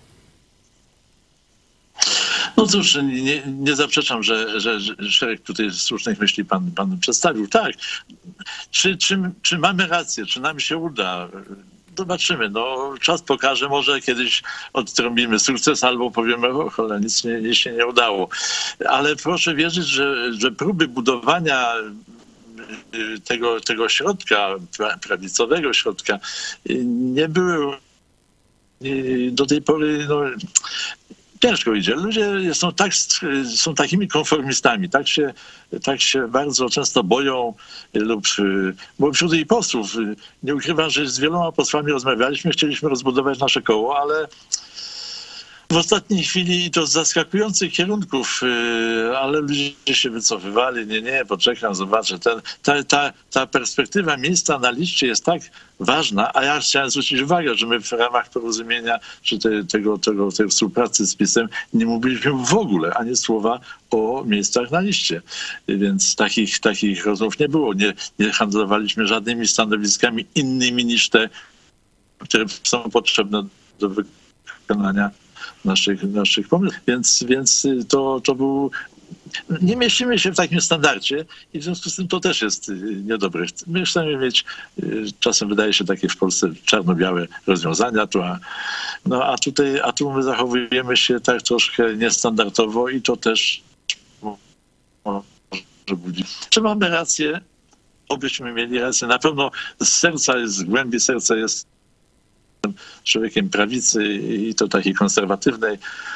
S3: No cóż, nie, nie zaprzeczam, że, że, że szereg tutaj słusznych myśli pan, pan przedstawił. Tak, czy, czy, czy mamy rację, czy nam się uda? Zobaczymy. No, czas pokaże, może kiedyś odtrąbimy sukces albo powiemy, o cholera, nic, nie, nic się nie udało. Ale proszę wierzyć, że, że próby budowania tego, tego środka, prawicowego środka nie były do tej pory... No, ciężko idzie. Ludzie są, tak, są takimi konformistami, tak się, tak się bardzo często boją lub, bo wśród jej posłów, nie ukrywam, że z wieloma posłami rozmawialiśmy, chcieliśmy rozbudować nasze koło, ale w ostatniej chwili i to z zaskakujących kierunków, ale ludzie się wycofywali. Nie, nie, poczekam, zobaczę. Ten, ta, ta, ta perspektywa miejsca na liście jest tak ważna, a ja chciałem zwrócić uwagę, że my w ramach porozumienia czy te, tego, tego, tej współpracy z PiS-em nie mówiliśmy w ogóle ani słowa o miejscach na liście. Więc takich, takich rozmów nie było. Nie, nie handlowaliśmy żadnymi stanowiskami innymi niż te, które są potrzebne do wykonania naszych, naszych pomysłów. Więc, więc to, to był... Nie mieścimy się w takim standardzie i w związku z tym to też jest niedobre. My chcemy mieć, czasem wydaje się takie w Polsce czarno-białe rozwiązania, tu, a, no, a, tutaj, a tu my zachowujemy się tak troszkę niestandardowo i to też może budzić. Czy mamy rację? Obyśmy mieli rację. Na pewno z serca, z głębi serca jest człowiekiem prawicy i to takiej konserwatywnej,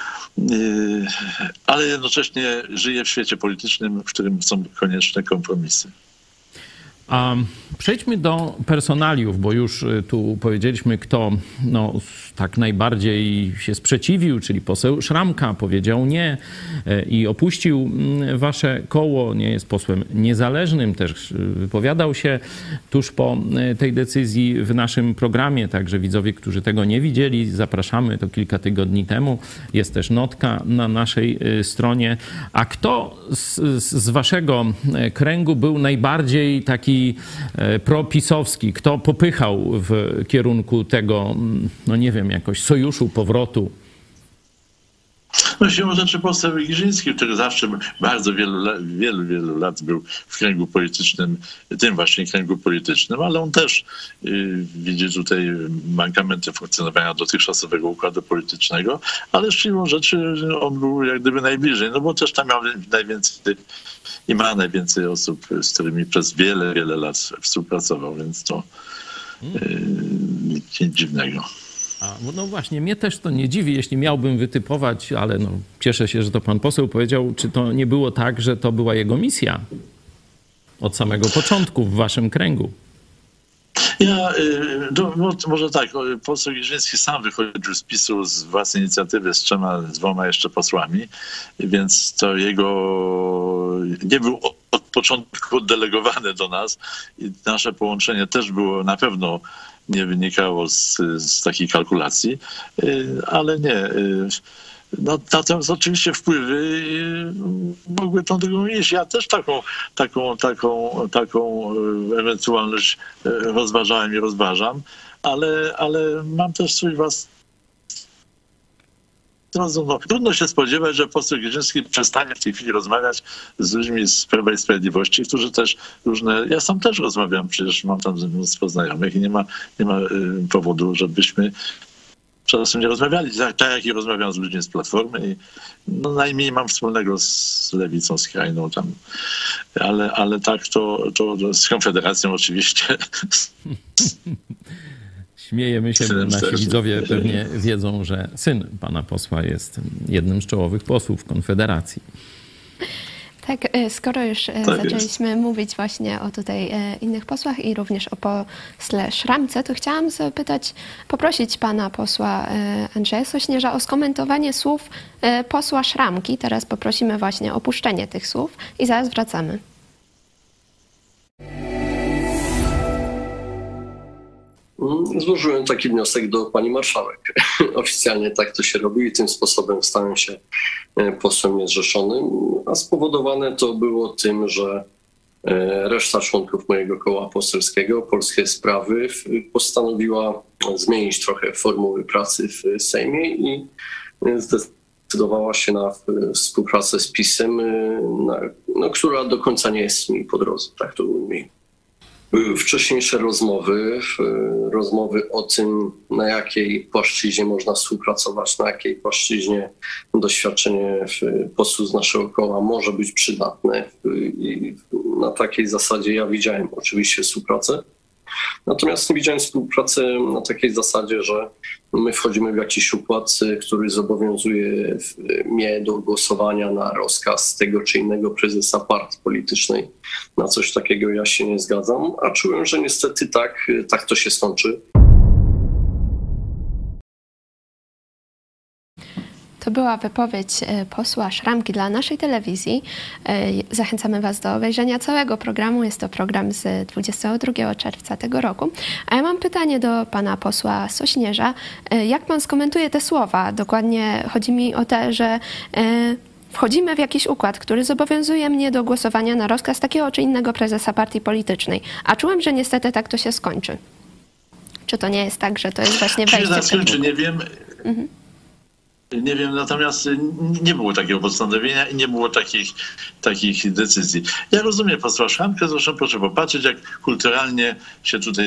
S3: ale jednocześnie żyje w świecie politycznym, w którym są konieczne kompromisy.
S4: A przejdźmy do personaliów, bo już tu powiedzieliśmy, kto no, tak najbardziej się sprzeciwił, czyli poseł Szramka powiedział nie i opuścił wasze koło, nie jest posłem niezależnym, też wypowiadał się tuż po tej decyzji w naszym programie, także widzowie, którzy tego nie widzieli, zapraszamy, to kilka tygodni temu, jest też notka na naszej stronie. A kto z, z waszego kręgu był najbardziej taki propisowski, kto popychał w kierunku tego, no nie wiem, jakoś sojuszu, powrotu?
S3: No siłą rzeczy poseł Giżyński, który zawsze bardzo wielu, wielu, wielu lat był w kręgu politycznym, tym właśnie kręgu politycznym, ale on też y, widzi tutaj mankamenty funkcjonowania dotychczasowego układu politycznego, ale siłą rzeczy on był jak gdyby najbliżej, no bo też tam miał najwięcej i ma najwięcej osób, z którymi przez wiele, wiele lat współpracował, więc to y, nic dziwnego.
S4: A, no właśnie, mnie też to nie dziwi, jeśli miałbym wytypować, ale no, cieszę się, że to pan poseł powiedział, czy to nie było tak, że to była jego misja od samego początku w waszym kręgu?
S3: Ja, no, może tak, poseł Giżyński sam wychodził z PiS-u z własnej inicjatywy z trzema, z dwoma jeszcze posłami, więc to jego nie był od początku delegowany do nas i nasze połączenie też było na pewno nie wynikało z, z takiej kalkulacji, ale nie. No, natomiast oczywiście wpływy mogły tą drogą iść. Ja też taką, taką, taką, taką ewentualność rozważałem i rozważam, ale, ale mam też swój własny. No, trudno się spodziewać, że poseł Giżyński przestanie w tej chwili rozmawiać z ludźmi z Prawa i Sprawiedliwości, którzy też różne... Ja sam też rozmawiam, przecież mam tam mnóstwo znajomych i nie ma, nie ma powodu, żebyśmy czasem nie rozmawiali. Tak, tak jak i rozmawiam z ludźmi z Platformy i no, najmniej mam wspólnego z lewicą skrajną tam. Ale, ale tak to, to, to z Konfederacją oczywiście.
S4: Śmiejemy się, nasi widzowie pewnie wiedzą, że syn pana posła jest jednym z czołowych posłów Konfederacji.
S1: Tak, skoro już tak zaczęliśmy jest. mówić właśnie o tutaj innych posłach i również o pośle Szramce, to chciałam zapytać, poprosić pana posła Andrzeja Sośnierza o skomentowanie słów posła Szramki. Teraz poprosimy właśnie o opuszczenie tych słów i zaraz wracamy.
S5: Złożyłem taki wniosek do pani marszałek. Oficjalnie tak to się robi i tym sposobem stałem się posłem niezrzeszonym, a spowodowane to było tym, że reszta członków mojego koła poselskiego, Polskie Sprawy, postanowiła zmienić trochę formuły pracy w Sejmie i zdecydowała się na współpracę z PiS-em, na, no, która do końca nie jest mi po drodze, tak to ujmijmy. Były wcześniejsze rozmowy, rozmowy o tym, na jakiej płaszczyźnie można współpracować, na jakiej płaszczyźnie doświadczenie posłów z naszego koła może być przydatne. I na takiej zasadzie ja widziałem oczywiście współpracę. Natomiast nie widziałem współpracy na takiej zasadzie, że my wchodzimy w jakiś układ, który zobowiązuje mnie do głosowania na rozkaz tego czy innego prezesa partii politycznej. Na coś takiego ja się nie zgadzam, a czułem, że niestety tak, tak to się skończy.
S1: To była wypowiedź posła Szramki dla naszej telewizji. Zachęcamy Was do obejrzenia całego programu. Jest to program z dwudziestego drugiego czerwca tego roku. A ja mam pytanie do pana posła Sośnierza. Jak pan skomentuje te słowa? Dokładnie chodzi mi o to, że wchodzimy w jakiś układ, który zobowiązuje mnie do głosowania na rozkaz takiego czy innego prezesa partii politycznej. A czułem, że niestety tak to się skończy. Czy to nie jest tak, że to jest właśnie wejście w ten
S3: skończy, nie wiem. Mhm. Nie wiem, natomiast nie było takiego postanowienia i nie było takich, takich decyzji. Ja rozumiem posła Szramkę, zresztą proszę popatrzeć, jak kulturalnie się tutaj...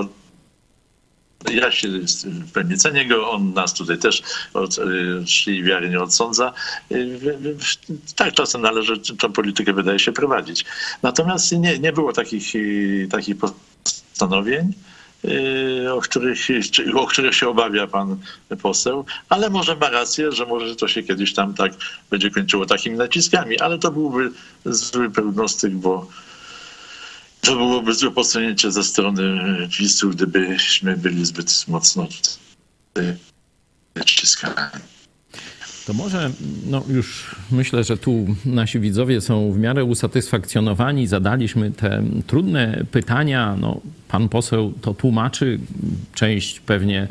S3: Ja się w pełni cenię go, on nas tutaj też od czci wiary nie odsądza. Tak czasem należy tę politykę, wydaje się, prowadzić. Natomiast nie, nie było takich, takich postanowień, O których, o których się obawia pan poseł, ale może ma rację, że może to się kiedyś tam tak będzie kończyło takimi naciskami, ale to byłby zły prognostyk, bo to byłoby złe posunięcie ze strony PiS-u, gdybyśmy byli zbyt mocno naciskani.
S4: To może, no już myślę, że tu nasi widzowie są w miarę usatysfakcjonowani. Zadaliśmy te trudne pytania. No, pan poseł to tłumaczy. Część pewnie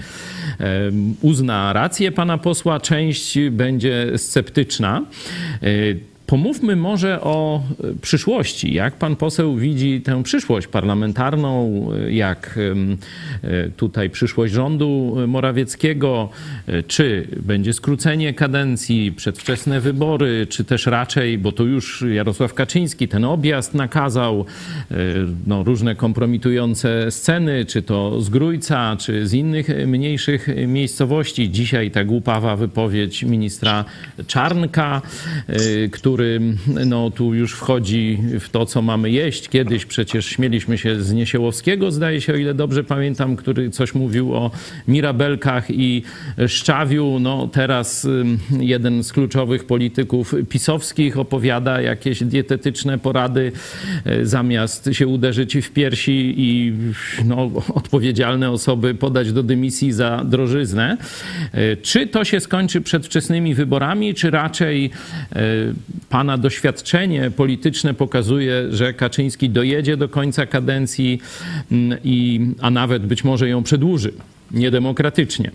S4: uzna rację pana posła, część będzie sceptyczna. Pomówmy może o przyszłości. Jak pan poseł widzi tę przyszłość parlamentarną? Jak tutaj przyszłość rządu Morawieckiego? Czy będzie skrócenie kadencji, przedwczesne wybory, czy też raczej, bo to już Jarosław Kaczyński ten objazd nakazał, no, różne kompromitujące sceny, czy to z Grójca, czy z innych mniejszych miejscowości. Dzisiaj ta głupawa wypowiedź ministra Czarnka, który który no, tu już wchodzi w to, co mamy jeść. Kiedyś przecież śmieliśmy się z Niesiełowskiego, zdaje się, o ile dobrze pamiętam, który coś mówił o mirabelkach i szczawiu. No, teraz jeden z kluczowych polityków pisowskich opowiada jakieś dietetyczne porady, zamiast się uderzyć w piersi i no, odpowiedzialne osoby podać do dymisji za drożyznę. Czy to się skończy przedwczesnymi wyborami, czy raczej pana doświadczenie polityczne pokazuje, że Kaczyński dojedzie do końca kadencji, i, a nawet być może ją przedłuży niedemokratycznie?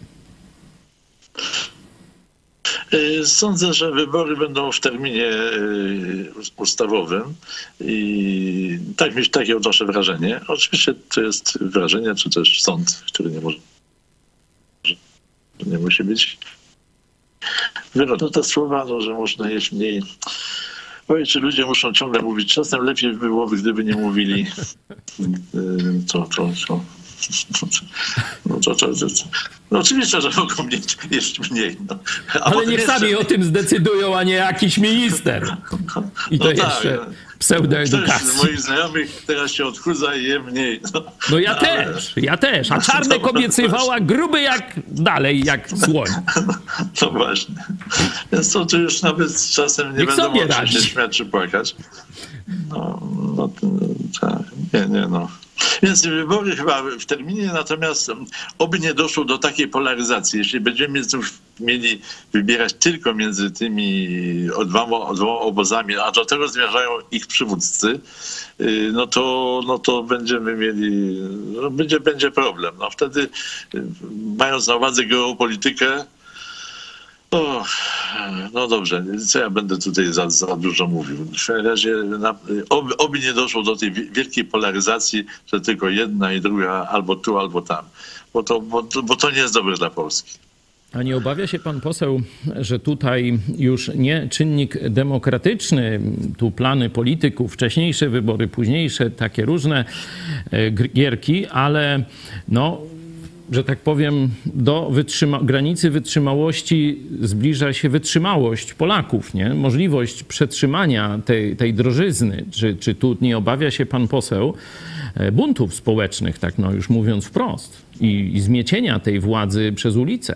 S3: Sądzę, że wybory będą w terminie ustawowym i tak, takie odnoszę wrażenie. Oczywiście to jest wrażenie, czy też sąd, który nie może, nie musi być. No te słowa, no, że można jeść mniej. Oj, czy ludzie muszą ciągle mówić czasem, lepiej byłoby, gdyby nie mówili to, to, to. No, to, to, to, to. No oczywiście, że mogą mieć jeść mniej. No.
S4: Ale niech sami mniej o tym zdecydują, a nie jakiś minister. I to no jeszcze tak, pseudoedukacja.
S3: Ktoś z moich znajomych teraz się odchudza i je mniej. No,
S4: no ja ale... też, ja też. A Czarnek obiecywała gruby jak dalej, jak słoń.
S3: No, no właśnie. Więc to, to już nawet czasem nie
S4: niech
S3: będą mogli
S4: się
S3: śmiać czy płakać. No, no tak. Nie, nie, no. Więc wybory chyba w terminie, natomiast oby nie doszło do takiej polaryzacji. Jeśli będziemy mieć mieli wybierać tylko między tymi dwoma, dwoma obozami, a do tego zmierzają ich przywódcy, no to, no to będziemy mieli, no będzie, będzie problem. No wtedy, mając na uwadze geopolitykę, o, no dobrze, co ja będę tutaj za, za dużo mówił. W razie na, oby, oby nie doszło do tej wielkiej polaryzacji, że tylko jedna i druga albo tu, albo tam, bo to, bo, bo to nie jest dobre dla Polski.
S4: A nie obawia się pan poseł, że tutaj już nie czynnik demokratyczny, tu plany polityków, wcześniejsze wybory, późniejsze, takie różne gierki, ale no, że tak powiem, do wytrzyma- granicy wytrzymałości zbliża się wytrzymałość Polaków, nie? Możliwość przetrzymania tej, tej drożyzny. Czy, czy tu nie obawia się pan poseł buntów społecznych, tak no już mówiąc wprost, i, i zmiecienia tej władzy przez ulicę?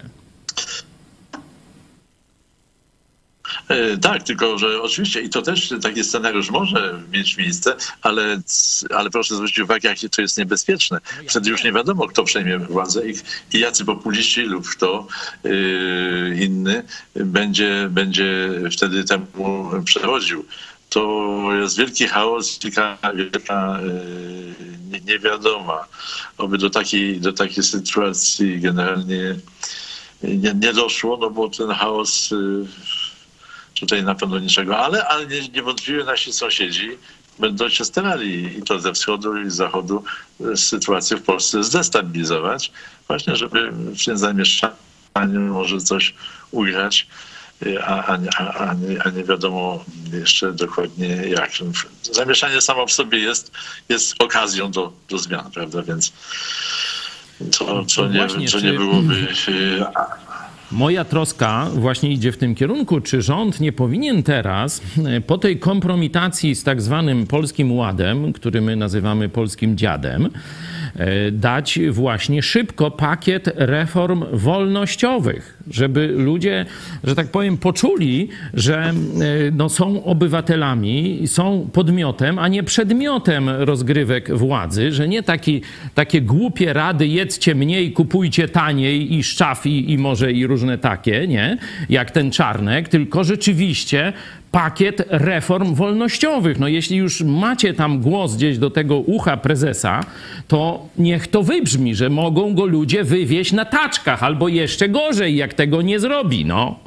S3: Tak, tylko że oczywiście i to też taki scenariusz może mieć miejsce, ale, ale proszę zwrócić uwagę, jakie to jest niebezpieczne. Wtedy już nie wiadomo, kto przejmie władzę i, i jacy populiści lub kto yy, inny będzie, będzie wtedy temu przewodził. To jest wielki chaos, wielka, wielka yy, niewiadoma. Oby do takiej, do takiej sytuacji generalnie nie, nie doszło, no bo ten chaos yy, tutaj na pewno niczego, ale, ale niewątpliwie nasi sąsiedzi będą się starali i to ze wschodu i z zachodu sytuację w Polsce zdestabilizować, właśnie żeby w tym zamieszaniu może coś ugrać, a, a, a, a, nie, a nie wiadomo jeszcze dokładnie jak. Zamieszanie samo w sobie jest, jest okazją do, do zmian, prawda, więc co, co, nie,
S4: właśnie,
S3: co
S4: czy...
S3: nie byłoby...
S4: Moja troska właśnie idzie w tym kierunku, czy rząd nie powinien teraz po tej kompromitacji z tak zwanym Polskim Ładem, który my nazywamy polskim dziadem, dać właśnie szybko pakiet reform wolnościowych, żeby ludzie, że tak powiem, poczuli, że no, są obywatelami, są podmiotem, a nie przedmiotem rozgrywek władzy, że nie taki, takie głupie rady, jedzcie mniej, kupujcie taniej i szczaf i, i może i różne takie, nie? Jak ten Czarnek, tylko rzeczywiście pakiet reform wolnościowych. No jeśli już macie tam głos gdzieś do tego ucha prezesa, to niech to wybrzmi, że mogą go ludzie wywieźć na taczkach, albo jeszcze gorzej, jak tego nie zrobi, no.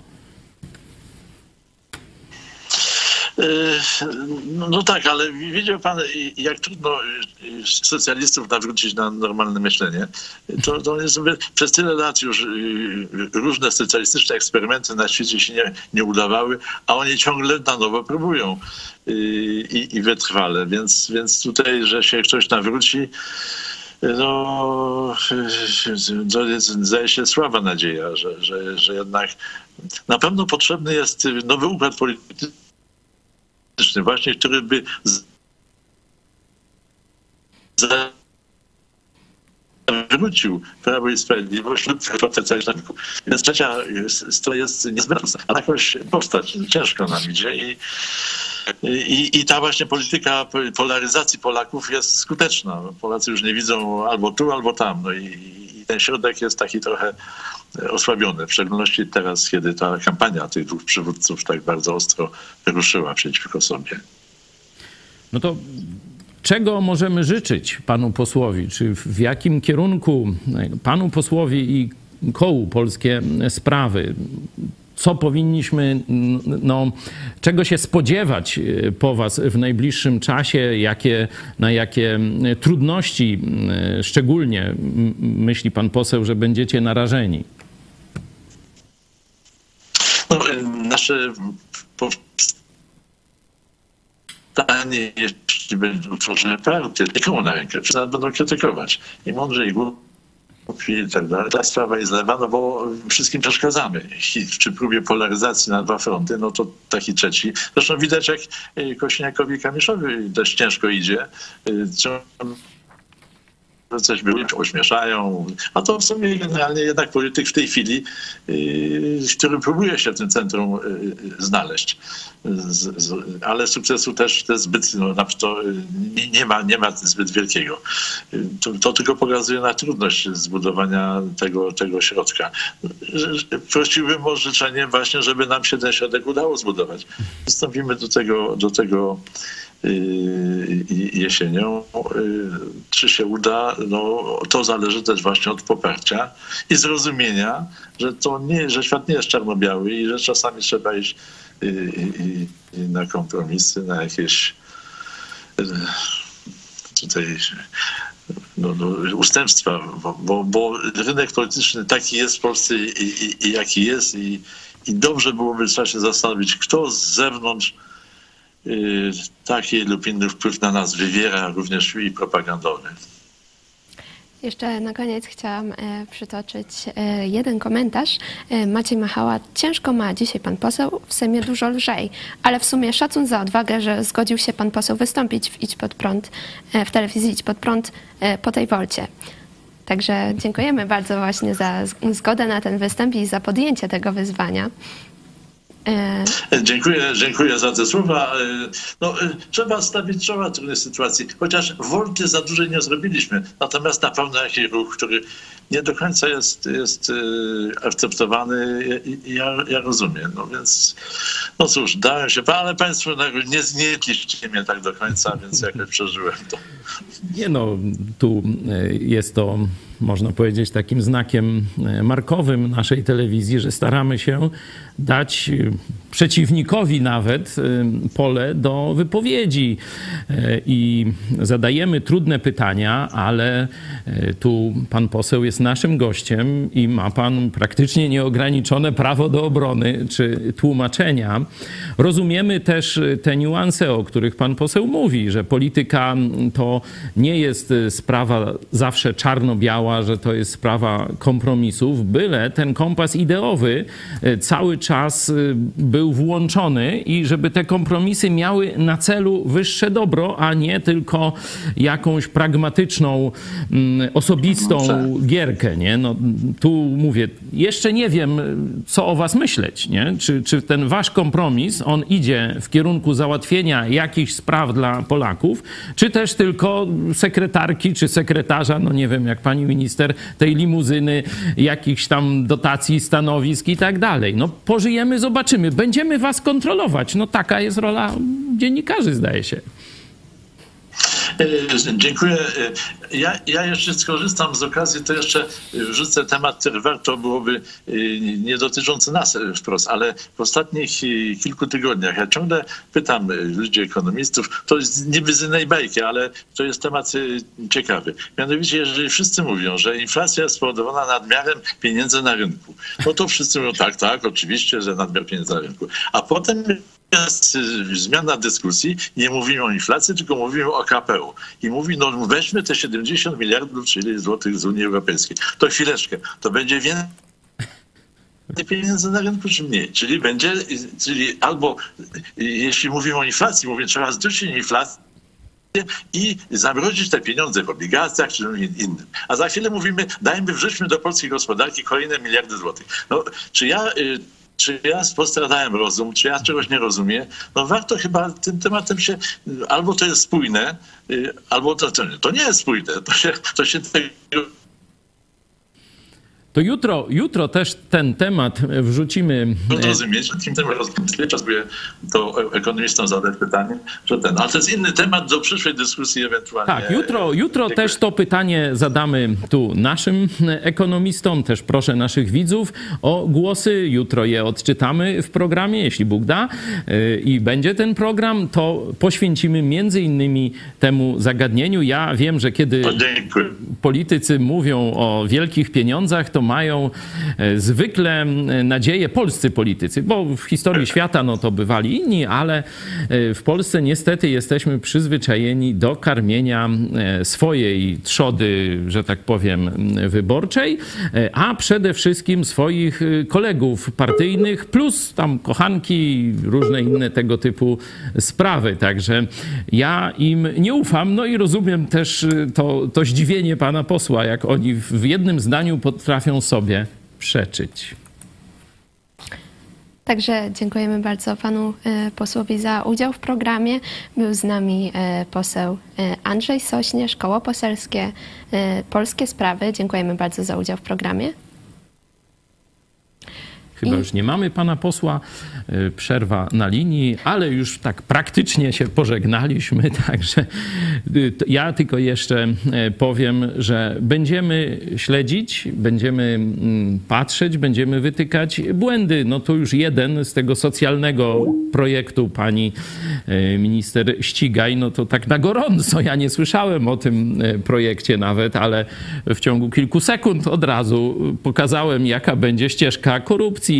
S3: No, no tak, ale widział pan, jak trudno socjalistów nawrócić na normalne myślenie. To, to jest, przez tyle lat już różne socjalistyczne eksperymenty na świecie się nie, nie udawały, a oni ciągle na nowo próbują i, i wytrwale. Więc, więc tutaj, że się ktoś nawróci, no to jest, zdaje się, słaba nadzieja, że, że, że jednak na pewno potrzebny jest nowy układ polityczny, właśnie, który by zawrócił Prawo i Sprawiedliwość lub protekcjonizmu. Więc trzecia strona jest niezbędna, a jakoś powstać ciężko nam idzie i, i, i ta właśnie polityka polaryzacji Polaków jest skuteczna. Polacy już nie widzą albo tu, albo tam. No i, i ten środek jest taki trochę osłabiony, w szczególności teraz, kiedy ta kampania tych dwóch przywódców tak bardzo ostro ruszyła przeciwko sobie.
S4: No to czego możemy życzyć panu posłowi? Czy w jakim kierunku panu posłowi i kołu Polskie Sprawy, co powinniśmy, no, czego się spodziewać po was w najbliższym czasie, jakie, na jakie trudności szczególnie myśli pan poseł, że będziecie narażeni?
S3: No, nasze powstanie, jeśli będzie utworzone partie, nikomu na rękę, wszyscy będą krytykować. I mądrze, i głupi, i tak dalej. Ta sprawa jest lewa, no bo wszystkim przeszkadzamy. I przy próbie polaryzacji na dwa fronty, no to taki trzeci. Zresztą widać, jak Kosiniakowi i Kamiszowi też ciężko idzie. coś były, ośmieszają, a to w sumie generalnie jednak polityk w tej chwili, yy, który próbuje się w tym centrum yy, znaleźć. Z, z, ale sukcesu też, też zbyt, no, to nie, nie, ma, nie ma zbyt wielkiego. To, to tylko pokazuje na trudność zbudowania tego, tego środka. Prosiłbym o życzenie właśnie, żeby nam się ten środek udało zbudować. Przystąpimy do tego, do tego jesienią. Czy się uda, no, to zależy też właśnie od poparcia i zrozumienia, że to nie, że świat nie jest czarno-biały i że czasami trzeba iść i, i, i na kompromisy, na jakieś tutaj no, no, ustępstwa, bo, bo, bo rynek polityczny taki jest w Polsce i, i, i jaki jest i, i dobrze byłoby trzeba się zastanowić, kto z zewnątrz taki lub inny wpływ na nas wywiera, również i propagandowy.
S1: Jeszcze na koniec chciałam e, przytoczyć e, jeden komentarz. E, Maciej Machała. Ciężko ma dzisiaj pan poseł, w Sejmie dużo lżej, ale w sumie szacun za odwagę, że zgodził się pan poseł wystąpić w Idź Pod Prąd, e, w telewizji Idź Pod Prąd e, po tej wolcie. Także dziękujemy bardzo właśnie za zgodę na ten występ i za podjęcie tego wyzwania.
S3: Dziękuję, dziękuję za te słowa. No, trzeba stawić czoła trudnej sytuacji, chociaż wolty za dużej nie zrobiliśmy. Natomiast na pewno jakiś ruch, który nie do końca jest, jest akceptowany, ja, ja rozumiem. No więc, no cóż, dałem się, ale państwo nie znieśliście mnie tak do końca, więc jakoś przeżyłem to.
S4: Nie no, tu jest to, można powiedzieć, takim znakiem markowym naszej telewizji, że staramy się dać przeciwnikowi nawet pole do wypowiedzi i zadajemy trudne pytania, ale tu pan poseł jest naszym gościem i ma pan praktycznie nieograniczone prawo do obrony czy tłumaczenia. Rozumiemy też te niuanse, o których pan poseł mówi, że polityka to nie jest sprawa zawsze czarno-biała, że to jest sprawa kompromisów, byle ten kompas ideowy cały czas był włączony i żeby te kompromisy miały na celu wyższe dobro, a nie tylko jakąś pragmatyczną, osobistą gierkę, nie? No, tu mówię, jeszcze nie wiem, co o was myśleć, nie? Czy, czy ten wasz kompromis, on idzie w kierunku załatwienia jakichś spraw dla Polaków, czy też tylko sekretarki, czy sekretarza, no nie wiem, jak pani minister, tej limuzyny, jakichś tam dotacji, stanowisk i tak dalej. No pożyjemy, zobaczymy. Będziemy was kontrolować. No taka jest rola dziennikarzy, zdaje się.
S3: Dziękuję. Ja, ja jeszcze skorzystam z okazji, to jeszcze wrzucę temat, który warto byłoby, nie dotyczący nas wprost, ale w ostatnich kilku tygodniach ja ciągle pytam ludzi ekonomistów, to jest niby z innej bajki, ale to jest temat ciekawy. Mianowicie, jeżeli wszyscy mówią, że inflacja jest spowodowana nadmiarem pieniędzy na rynku, no to wszyscy mówią tak, tak, oczywiście, że nadmiar pieniędzy na rynku. A potem jest zmiana dyskusji, nie mówimy o inflacji, tylko mówimy o K P U. I mówi, no weźmy te siedemdziesiąt miliardów, czyli złotych z Unii Europejskiej. To chwileczkę, to będzie więcej pieniędzy na rynku, czy mniej? Czyli będzie, czyli albo jeśli mówimy o inflacji, mówię, trzeba zdusić inflację i zamrozić te pieniądze w obligacjach czy innym. A za chwilę mówimy, dajmy, wrzućmy do polskiej gospodarki kolejne miliardy złotych. No, czy ja... Czy ja postradałem rozum, czy ja czegoś nie rozumiem, no warto chyba tym tematem się, albo to jest spójne, albo to, to nie jest spójne, to się, to się tego...
S4: To jutro, jutro też ten temat wrzucimy.
S3: Rozumieć, tym temat spróbuję to ekonomistom zadać pytanie, że ten, ale to jest inny temat do przyszłej dyskusji ewentualnie.
S4: Tak, jutro, jutro też to pytanie zadamy tu naszym ekonomistom, też proszę naszych widzów o głosy. Jutro je odczytamy w programie, jeśli Bóg da i będzie ten program, to poświęcimy między innymi temu zagadnieniu. Ja wiem, że kiedy politycy mówią o wielkich pieniądzach, to mają zwykle nadzieję polscy politycy, bo w historii świata no to bywali inni, ale w Polsce niestety jesteśmy przyzwyczajeni do karmienia swojej trzody, że tak powiem, wyborczej, a przede wszystkim swoich kolegów partyjnych, plus tam kochanki, różne inne tego typu sprawy. Także ja im nie ufam, no i rozumiem też to, to zdziwienie pana posła, jak oni w jednym zdaniu potrafią sobie przeczyć.
S1: Także dziękujemy bardzo panu posłowi za udział w programie. Był z nami poseł Andrzej Sośnierz, Koło Poselskie Polskie Sprawy. Dziękujemy bardzo za udział w programie.
S4: Chyba już nie mamy pana posła, przerwa na linii, ale już tak praktycznie się pożegnaliśmy, także ja tylko jeszcze powiem, że będziemy śledzić, będziemy patrzeć, będziemy wytykać błędy. No to już jeden z tego socjalnego projektu pani minister Ścigaj, no to tak na gorąco, ja nie słyszałem o tym projekcie nawet, ale w ciągu kilku sekund od razu pokazałem, jaka będzie ścieżka korupcji.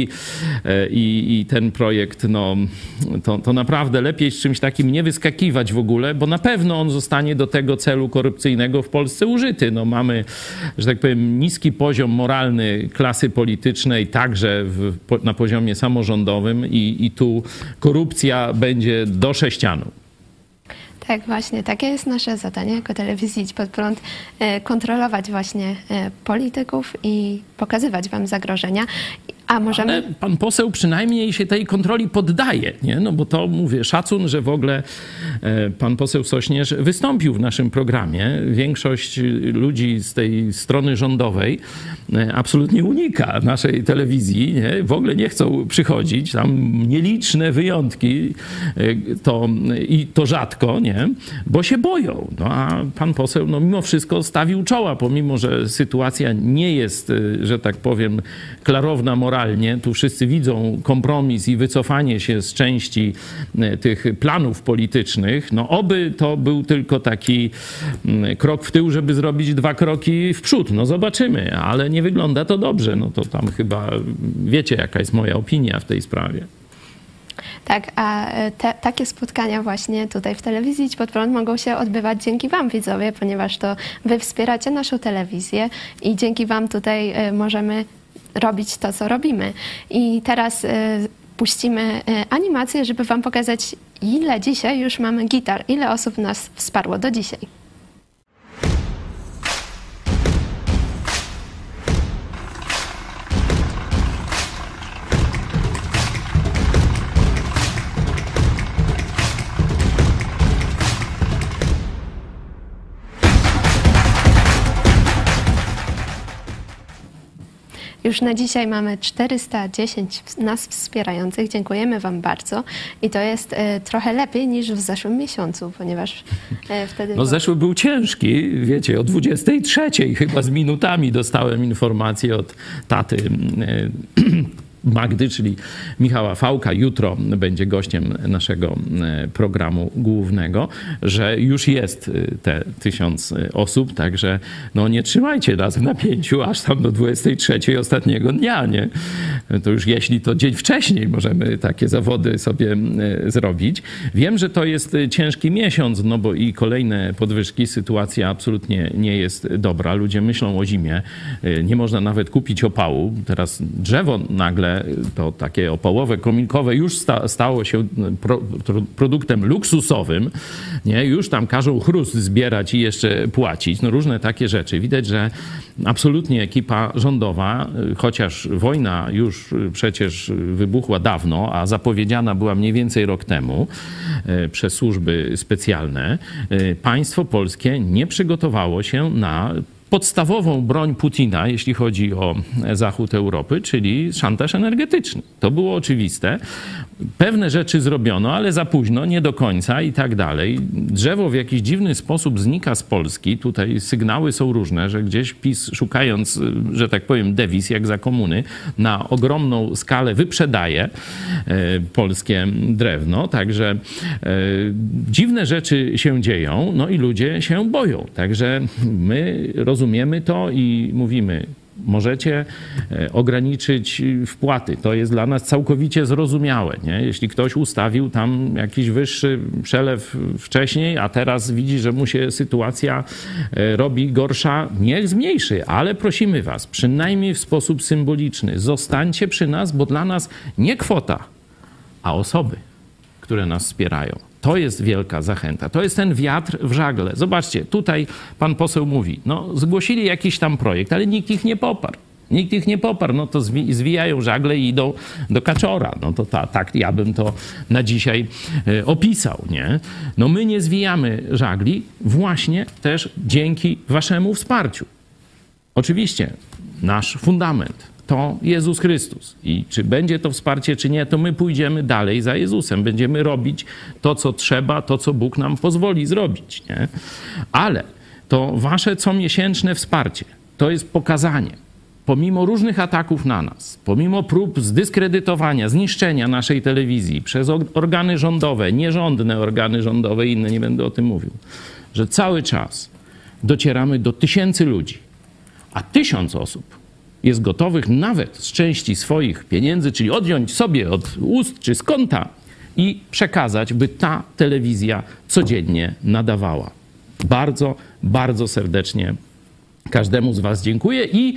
S4: I, i ten projekt, no to, to naprawdę lepiej z czymś takim nie wyskakiwać w ogóle, bo na pewno on zostanie do tego celu korupcyjnego w Polsce użyty. No mamy, że tak powiem, niski poziom moralny klasy politycznej, także w, na poziomie samorządowym i, i tu korupcja będzie do sześcianu.
S1: Tak, właśnie. Takie jest nasze zadanie jako telewizji Idź Pod Prąd. Kontrolować właśnie polityków i pokazywać wam zagrożenia. A możemy...
S4: Ale pan poseł przynajmniej się tej kontroli poddaje, nie? No bo to, mówię, szacun, że w ogóle pan poseł Sośnierz wystąpił w naszym programie. Większość ludzi z tej strony rządowej absolutnie unika naszej telewizji, nie? W ogóle nie chcą przychodzić. Tam nieliczne wyjątki to, i to rzadko, nie? Bo się boją. No a pan poseł, no mimo wszystko stawił czoła, pomimo że sytuacja nie jest, że tak powiem, klarowna moralnie. Tu wszyscy widzą kompromis i wycofanie się z części tych planów politycznych. No oby to był tylko taki krok w tył, żeby zrobić dwa kroki w przód. No zobaczymy, ale nie wygląda to dobrze. No to tam chyba wiecie, jaka jest moja opinia w tej sprawie.
S1: Tak, a te, takie spotkania właśnie tutaj w telewizji Idź Pod Prąd mogą się odbywać dzięki wam, widzowie, ponieważ to wy wspieracie naszą telewizję i dzięki wam tutaj możemy robić to, co robimy. I teraz y, puścimy y, animację, żeby wam pokazać, ile dzisiaj już mamy gitar, ile osób nas wsparło do dzisiaj. Już na dzisiaj mamy czterysta dziesięć nas wspierających. Dziękujemy wam bardzo. I to jest e, trochę lepiej niż w zeszłym miesiącu, ponieważ e, wtedy...
S4: No zeszły był ciężki, wiecie, o dwudziestej trzeciej chyba z minutami dostałem informację od taty e, Magdy, czyli Michała Fałka, jutro będzie gościem naszego programu głównego, że już jest te tysiąc osób, także no nie trzymajcie nas w napięciu aż tam do dwudziestej trzeciej ostatniego dnia, nie? To już jeśli to dzień wcześniej możemy takie zawody sobie zrobić. Wiem, że to jest ciężki miesiąc, no bo i kolejne podwyżki, sytuacja absolutnie nie jest dobra. Ludzie myślą o zimie, nie można nawet kupić opału. Teraz drzewo nagle to takie opałowe, kominkowe już sta, stało się pro, pro, produktem luksusowym, nie? Już tam każą chrust zbierać i jeszcze płacić. No różne takie rzeczy. Widać, że absolutnie ekipa rządowa, chociaż wojna już przecież wybuchła dawno, a zapowiedziana była mniej więcej rok temu e, przez służby specjalne, e, państwo polskie nie przygotowało się na podstawową broń Putina, jeśli chodzi o zachód Europy, czyli szantaż energetyczny. To było oczywiste. Pewne rzeczy zrobiono, ale za późno, nie do końca i tak dalej. Drzewo w jakiś dziwny sposób znika z Polski. Tutaj sygnały są różne, że gdzieś PiS, szukając, że tak powiem, dewiz, jak za komuny, na ogromną skalę wyprzedaje e, polskie drewno. Także e, dziwne rzeczy się dzieją, no i ludzie się boją. Także my rozumiemy to i mówimy, Możecie ograniczyć wpłaty. To jest dla nas całkowicie zrozumiałe. Nie? Jeśli ktoś ustawił tam jakiś wyższy przelew wcześniej, a teraz widzi, że mu się sytuacja robi gorsza, niech zmniejszy. Ale prosimy was, przynajmniej w sposób symboliczny, zostańcie przy nas, bo dla nas nie kwota, a osoby, które nas wspierają. To jest wielka zachęta. To jest ten wiatr w żagle. Zobaczcie, tutaj pan poseł mówi, no zgłosili jakiś tam projekt, ale nikt ich nie poparł. Nikt ich nie poparł, no to zwi- zwijają żagle i idą do kaczora. No to ta, tak ja bym to na dzisiaj y, opisał, nie? No my nie zwijamy żagli właśnie też dzięki waszemu wsparciu. Oczywiście nasz fundament to Jezus Chrystus. I czy będzie to wsparcie, czy nie, to my pójdziemy dalej za Jezusem. Będziemy robić to, co trzeba, to, co Bóg nam pozwoli zrobić, nie? Ale to wasze comiesięczne wsparcie to jest pokazanie, pomimo różnych ataków na nas, pomimo prób zdyskredytowania, zniszczenia naszej telewizji przez organy rządowe, nierządne organy rządowe i inne, nie będę o tym mówił, że cały czas docieramy do tysięcy ludzi, a tysiąc osób jest gotowych nawet z części swoich pieniędzy, czyli odjąć sobie od ust czy z konta i przekazać, by ta telewizja codziennie nadawała. Bardzo, bardzo serdecznie każdemu z was dziękuję i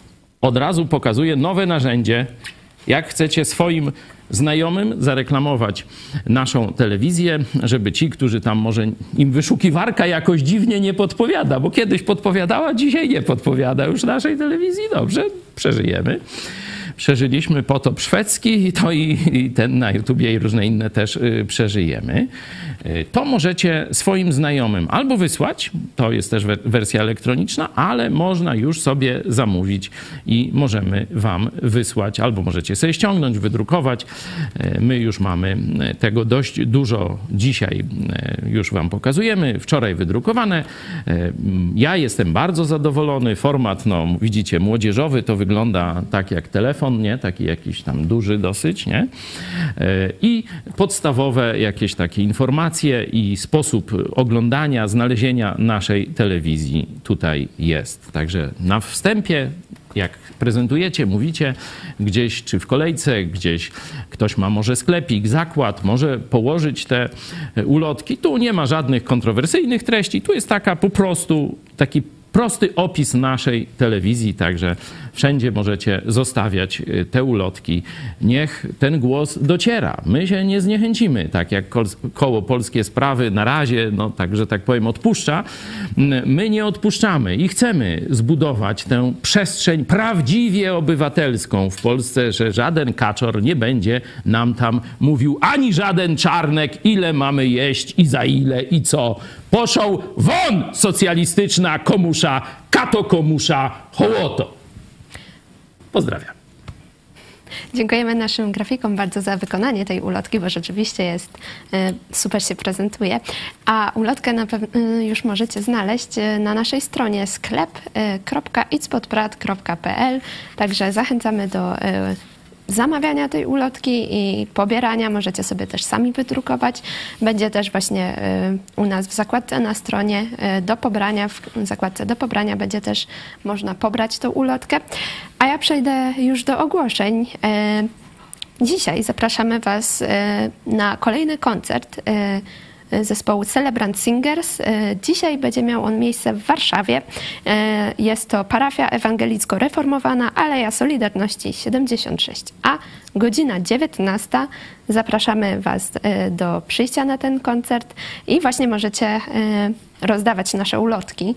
S4: od razu pokazuję nowe narzędzie. Jak chcecie swoim znajomym zareklamować naszą telewizję, żeby ci, którzy tam może im wyszukiwarka jakoś dziwnie nie podpowiada, bo kiedyś podpowiadała, dzisiaj nie podpowiada już naszej telewizji, dobrze, przeżyjemy. Przeżyliśmy potop szwedzki, to i, i ten na YouTubie i różne inne też y, przeżyjemy. Y, to możecie swoim znajomym albo wysłać, to jest też we- wersja elektroniczna, ale można już sobie zamówić i możemy wam wysłać, albo możecie sobie ściągnąć, wydrukować. Y, my już mamy tego dość dużo dzisiaj, y, już wam pokazujemy. Wczoraj wydrukowane. Y, ja jestem bardzo zadowolony. Format, no widzicie, młodzieżowy, to wygląda tak jak telefon, nie? Taki jakiś tam duży dosyć, nie? I podstawowe jakieś takie informacje i sposób oglądania, znalezienia naszej telewizji tutaj jest. Także na wstępie, jak prezentujecie, mówicie gdzieś, czy w kolejce, gdzieś ktoś ma może sklepik, zakład, może położyć te ulotki. Tu nie ma żadnych kontrowersyjnych treści, tu jest taka po prostu taki prosty opis naszej telewizji, także wszędzie możecie zostawiać te ulotki. Niech ten głos dociera. My się nie zniechęcimy, tak jak koło Polskie Sprawy na razie, no tak, że tak powiem, odpuszcza. My nie odpuszczamy i chcemy zbudować tę przestrzeń prawdziwie obywatelską w Polsce, że żaden kaczor nie będzie nam tam mówił, ani żaden czarnek, ile mamy jeść i za ile i co. Poszą won socjalistyczna komusza, kato komusza, hołoto. Pozdrawiam.
S1: Dziękujemy naszym grafikom bardzo za wykonanie tej ulotki, bo rzeczywiście jest super, się prezentuje. A ulotkę na pewno już możecie znaleźć na naszej stronie sklep kropka itspodprat kropka p l. Także zachęcamy do zamawiania tej ulotki i pobierania. Możecie sobie też sami wydrukować. Będzie też właśnie u nas w zakładce na stronie do pobrania, w zakładce do pobrania będzie też można pobrać tą ulotkę. A ja przejdę już do ogłoszeń. Dzisiaj zapraszamy was na kolejny koncert zespołu Celebrant Singers. Dzisiaj będzie miał on miejsce w Warszawie. Jest to parafia ewangelicko-reformowana Aleja Solidarności siedemdziesiąt sześć a, godzina dziewiętnasta. Zapraszamy was do przyjścia na ten koncert i właśnie możecie rozdawać nasze ulotki.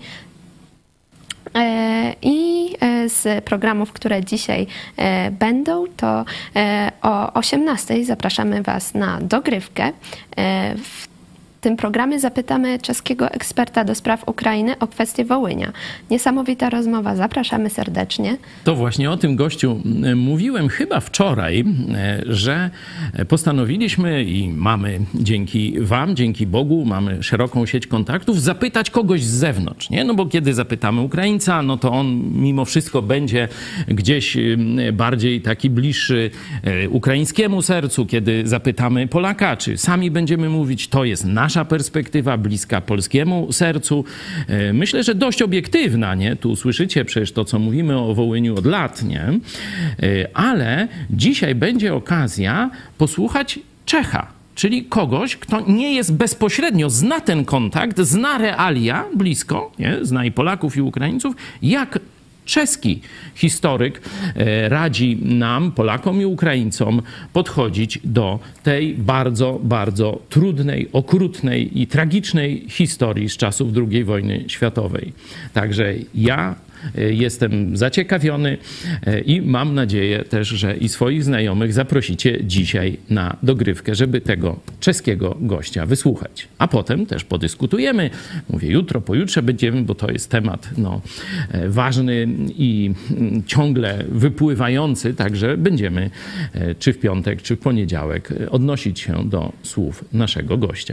S1: I z programów, które dzisiaj będą, to o osiemnastej zapraszamy was na dogrywkę. W W tym programie zapytamy czeskiego eksperta do spraw Ukrainy o kwestię Wołynia. Niesamowita rozmowa, zapraszamy serdecznie.
S4: To właśnie o tym gościu mówiłem chyba wczoraj, że postanowiliśmy i mamy dzięki wam, dzięki Bogu, mamy szeroką sieć kontaktów, zapytać kogoś z zewnątrz, nie? No bo kiedy zapytamy Ukraińca, no to on mimo wszystko będzie gdzieś bardziej taki bliższy ukraińskiemu sercu. Kiedy zapytamy Polaka, czy sami będziemy mówić, to jest nasz nasza perspektywa, bliska polskiemu sercu. Myślę, że dość obiektywna, nie? Tu słyszycie przecież to, co mówimy o Wołyniu od lat, nie? Ale dzisiaj będzie okazja posłuchać Czecha, czyli kogoś, kto nie jest bezpośrednio, zna ten kontakt, zna realia blisko, nie? Zna i Polaków, i Ukraińców, jak czeski historyk radzi nam, Polakom i Ukraińcom, podchodzić do tej bardzo, bardzo trudnej, okrutnej i tragicznej historii z czasów drugiej wojny światowej. Także ja jestem zaciekawiony i mam nadzieję też, że i swoich znajomych zaprosicie dzisiaj na dogrywkę, żeby tego czeskiego gościa wysłuchać. A potem też podyskutujemy. Mówię, jutro, pojutrze będziemy, bo to jest temat no, ważny i ciągle wypływający, także będziemy czy w piątek, czy w poniedziałek odnosić się do słów naszego gościa.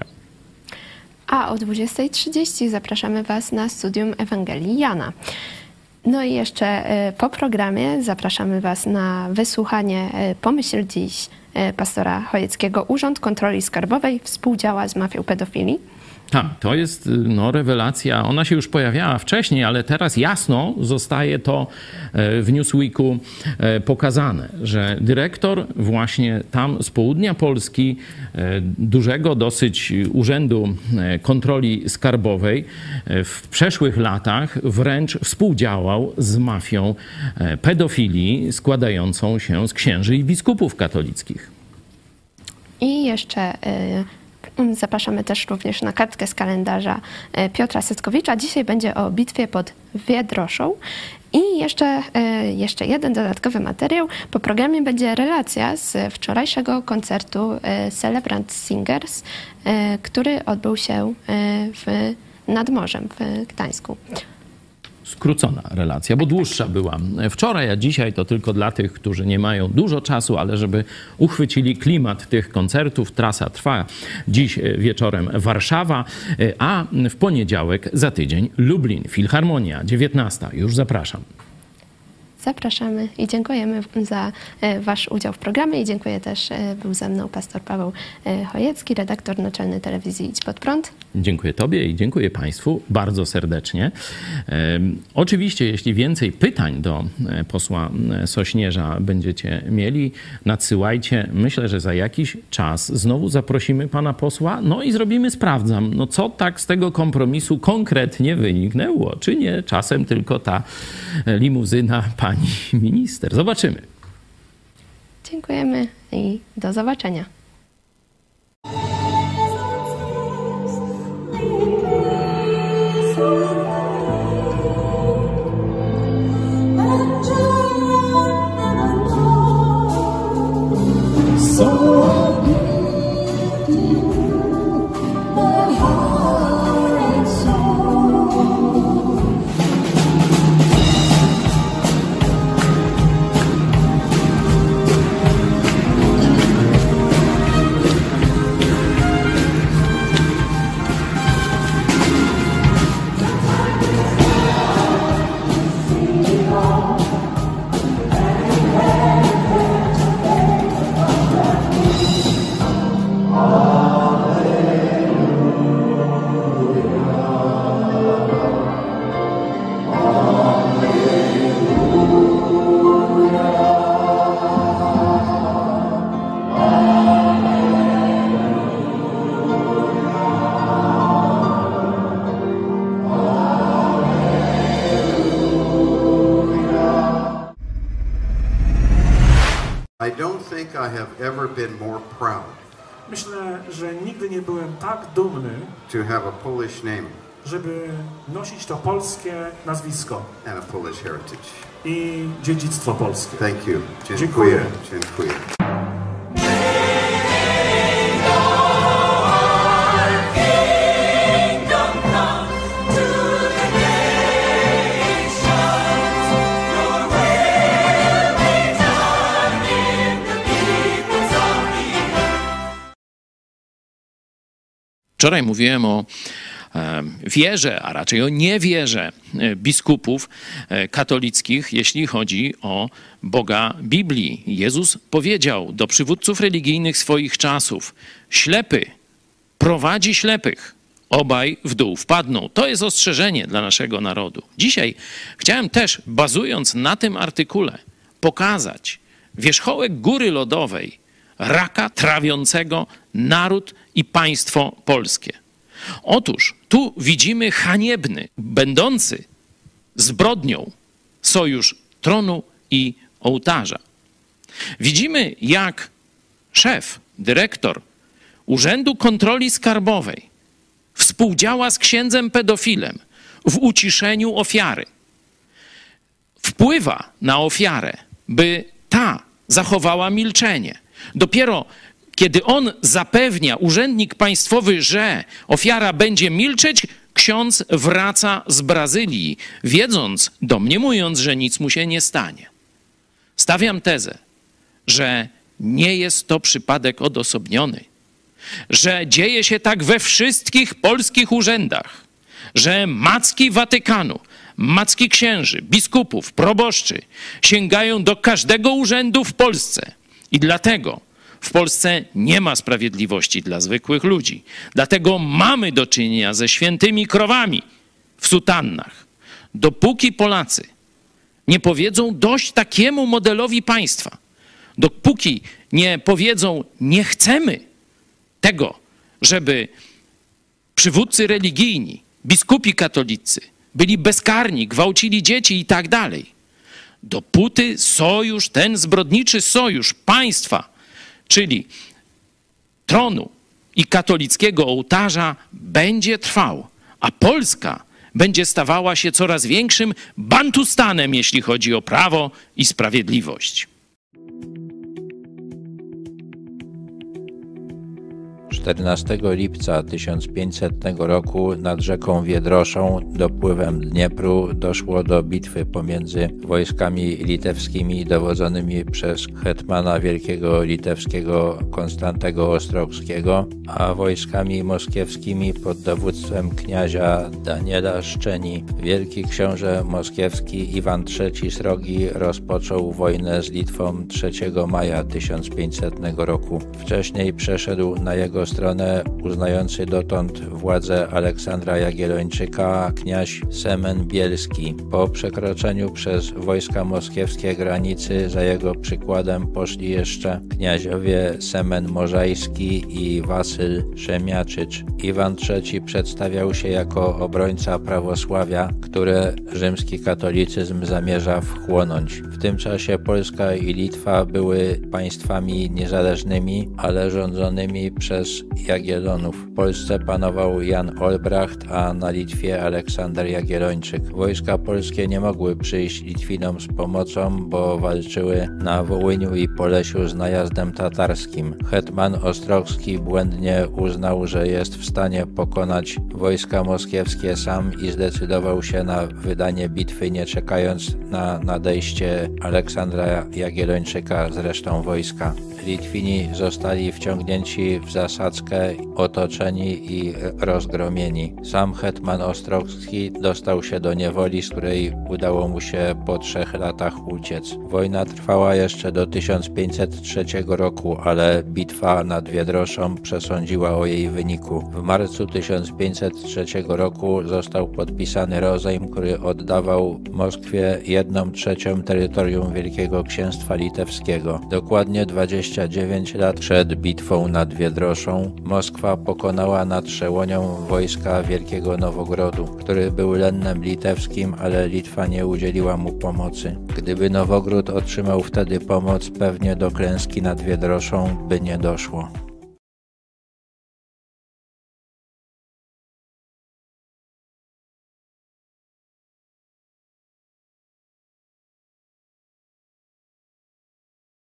S1: A o dwudziestej trzydzieści zapraszamy Was na studium Ewangelii Jana. No i jeszcze po programie zapraszamy Was na wysłuchanie Pomyśl dziś pastora Chojeckiego. Urząd Kontroli Skarbowej współdziała z mafią pedofilii.
S4: Tak, to jest no, rewelacja. Ona się już pojawiała wcześniej, ale teraz jasno zostaje to w Newsweeku pokazane, że dyrektor właśnie tam z południa Polski, dużego dosyć Urzędu Kontroli Skarbowej, w przeszłych latach wręcz współdziałał z mafią pedofilii składającą się z księży i biskupów katolickich.
S1: I jeszcze zapraszamy też również na kartkę z kalendarza Piotra Setkowicza. Dzisiaj będzie o bitwie pod Wiedroszą. I jeszcze, jeszcze jeden dodatkowy materiał. Po programie będzie relacja z wczorajszego koncertu Celebrant Singers, który odbył się w, nad morzem w Gdańsku.
S4: Skrócona relacja, bo dłuższa była wczoraj, a dzisiaj to tylko dla tych, którzy nie mają dużo czasu, ale żeby uchwycili klimat tych koncertów. Trasa trwa dziś wieczorem Warszawa, a w poniedziałek za tydzień Lublin, Filharmonia, dziewiętnasta. Już zapraszam.
S1: Zapraszamy i dziękujemy za Wasz udział w programie i dziękuję też, był ze mną pastor Paweł Chojecki, redaktor naczelny telewizji Idź Pod Prąd.
S4: Dziękuję Tobie i dziękuję Państwu bardzo serdecznie. E, oczywiście, jeśli więcej pytań do posła Sośnierza będziecie mieli, nadsyłajcie. Myślę, że za jakiś czas znowu zaprosimy pana posła, no i zrobimy sprawdzam, no co tak z tego kompromisu konkretnie wyniknęło, czy nie czasem tylko ta limuzyna pani minister. Zobaczymy.
S1: Dziękujemy i do zobaczenia.
S6: Myślę, że nigdy nie byłem tak dumny,
S7: to have a Polish name,
S6: żeby nosić to polskie nazwisko
S7: and a Polish heritage.
S6: I dziedzictwo polskie.
S7: Thank you.
S6: Dziękuję.
S7: Dziękuję.
S4: Wczoraj mówiłem o wierze, a raczej o niewierze biskupów katolickich, jeśli chodzi o Boga Biblii. Jezus powiedział do przywódców religijnych swoich czasów: ślepy prowadzi ślepych, obaj w dół wpadną. To jest ostrzeżenie dla naszego narodu. Dzisiaj chciałem też, bazując na tym artykule, pokazać wierzchołek góry lodowej, raka trawiącego naród i państwo polskie. Otóż tu widzimy haniebny, będący zbrodnią sojusz tronu i ołtarza. Widzimy, jak szef, dyrektor Urzędu Kontroli Skarbowej współdziała z księdzem pedofilem w uciszeniu ofiary. Wpływa na ofiarę, by ta zachowała milczenie. Dopiero kiedy on zapewnia, urzędnik państwowy, że ofiara będzie milczeć, ksiądz wraca z Brazylii, wiedząc, domniemując, że nic mu się nie stanie. Stawiam tezę, że nie jest to przypadek odosobniony, że dzieje się tak we wszystkich polskich urzędach, że macki Watykanu, macki księży, biskupów, proboszczy sięgają do każdego urzędu w Polsce i dlatego w Polsce nie ma sprawiedliwości dla zwykłych ludzi. Dlatego mamy do czynienia ze świętymi krowami w sutannach. Dopóki Polacy nie powiedzą dość takiemu modelowi państwa, dopóki nie powiedzą nie chcemy tego, żeby przywódcy religijni, biskupi katolicy byli bezkarni, gwałcili dzieci i tak dalej, dopóty sojusz, ten zbrodniczy sojusz państwa, czyli tronu i katolickiego ołtarza będzie trwał, a Polska będzie stawała się coraz większym Bantustanem, jeśli chodzi o prawo i sprawiedliwość.
S8: czternastego lipca tysiąc pięćsetnego roku nad rzeką Wiedroszą, dopływem Dniepru, doszło do bitwy pomiędzy wojskami litewskimi dowodzonymi przez hetmana wielkiego litewskiego Konstantego Ostrogskiego, a wojskami moskiewskimi pod dowództwem kniazia Daniela Szczeni. Wielki książę moskiewski Iwan trzeci Srogi rozpoczął wojnę z Litwą trzeciego maja tysiąc pięćsetnego roku. Wcześniej przeszedł na jego stronę uznający dotąd władzę Aleksandra Jagiellończyka kniaź Semen Bielski. Po przekroczeniu przez wojska moskiewskie granicy za jego przykładem poszli jeszcze kniaziowie Semen Morzajski i Wasyl Szemiaczycz. Iwan trzeci przedstawiał się jako obrońca prawosławia, które rzymski katolicyzm zamierza wchłonąć. W tym czasie Polska i Litwa były państwami niezależnymi, ale rządzonymi przez Jagiellonów. W Polsce panował Jan Olbracht, a na Litwie Aleksander Jagiellończyk. Wojska polskie nie mogły przyjść Litwinom z pomocą, bo walczyły na Wołyniu i Polesiu z najazdem tatarskim. Hetman Ostrogski błędnie uznał, że jest w stanie pokonać wojska moskiewskie sam i zdecydował się na wydanie bitwy, nie czekając na nadejście Aleksandra Jagiellończyka z resztą wojska. Litwini zostali wciągnięci w zasadzkę, otoczeni i rozgromieni. Sam hetman Ostrogski dostał się do niewoli, z której udało mu się po trzech latach uciec. Wojna trwała jeszcze do tysiąc pięćset trzeciego roku, ale bitwa nad Wiedroszą przesądziła o jej wyniku. W marcu tysiąc pięćset trzeciego roku został podpisany rozejm, który oddawał Moskwie jedną trzecią terytorium Wielkiego Księstwa Litewskiego. Dokładnie dwadzieścia dziewięć lat przed bitwą nad Wiedroszą Moskwa pokonała nad Szełonią wojska Wielkiego Nowogrodu, który był lennem litewskim, ale Litwa nie udzieliła mu pomocy. Gdyby Nowogród otrzymał wtedy pomoc, pewnie do klęski nad Wiedroszą by nie doszło.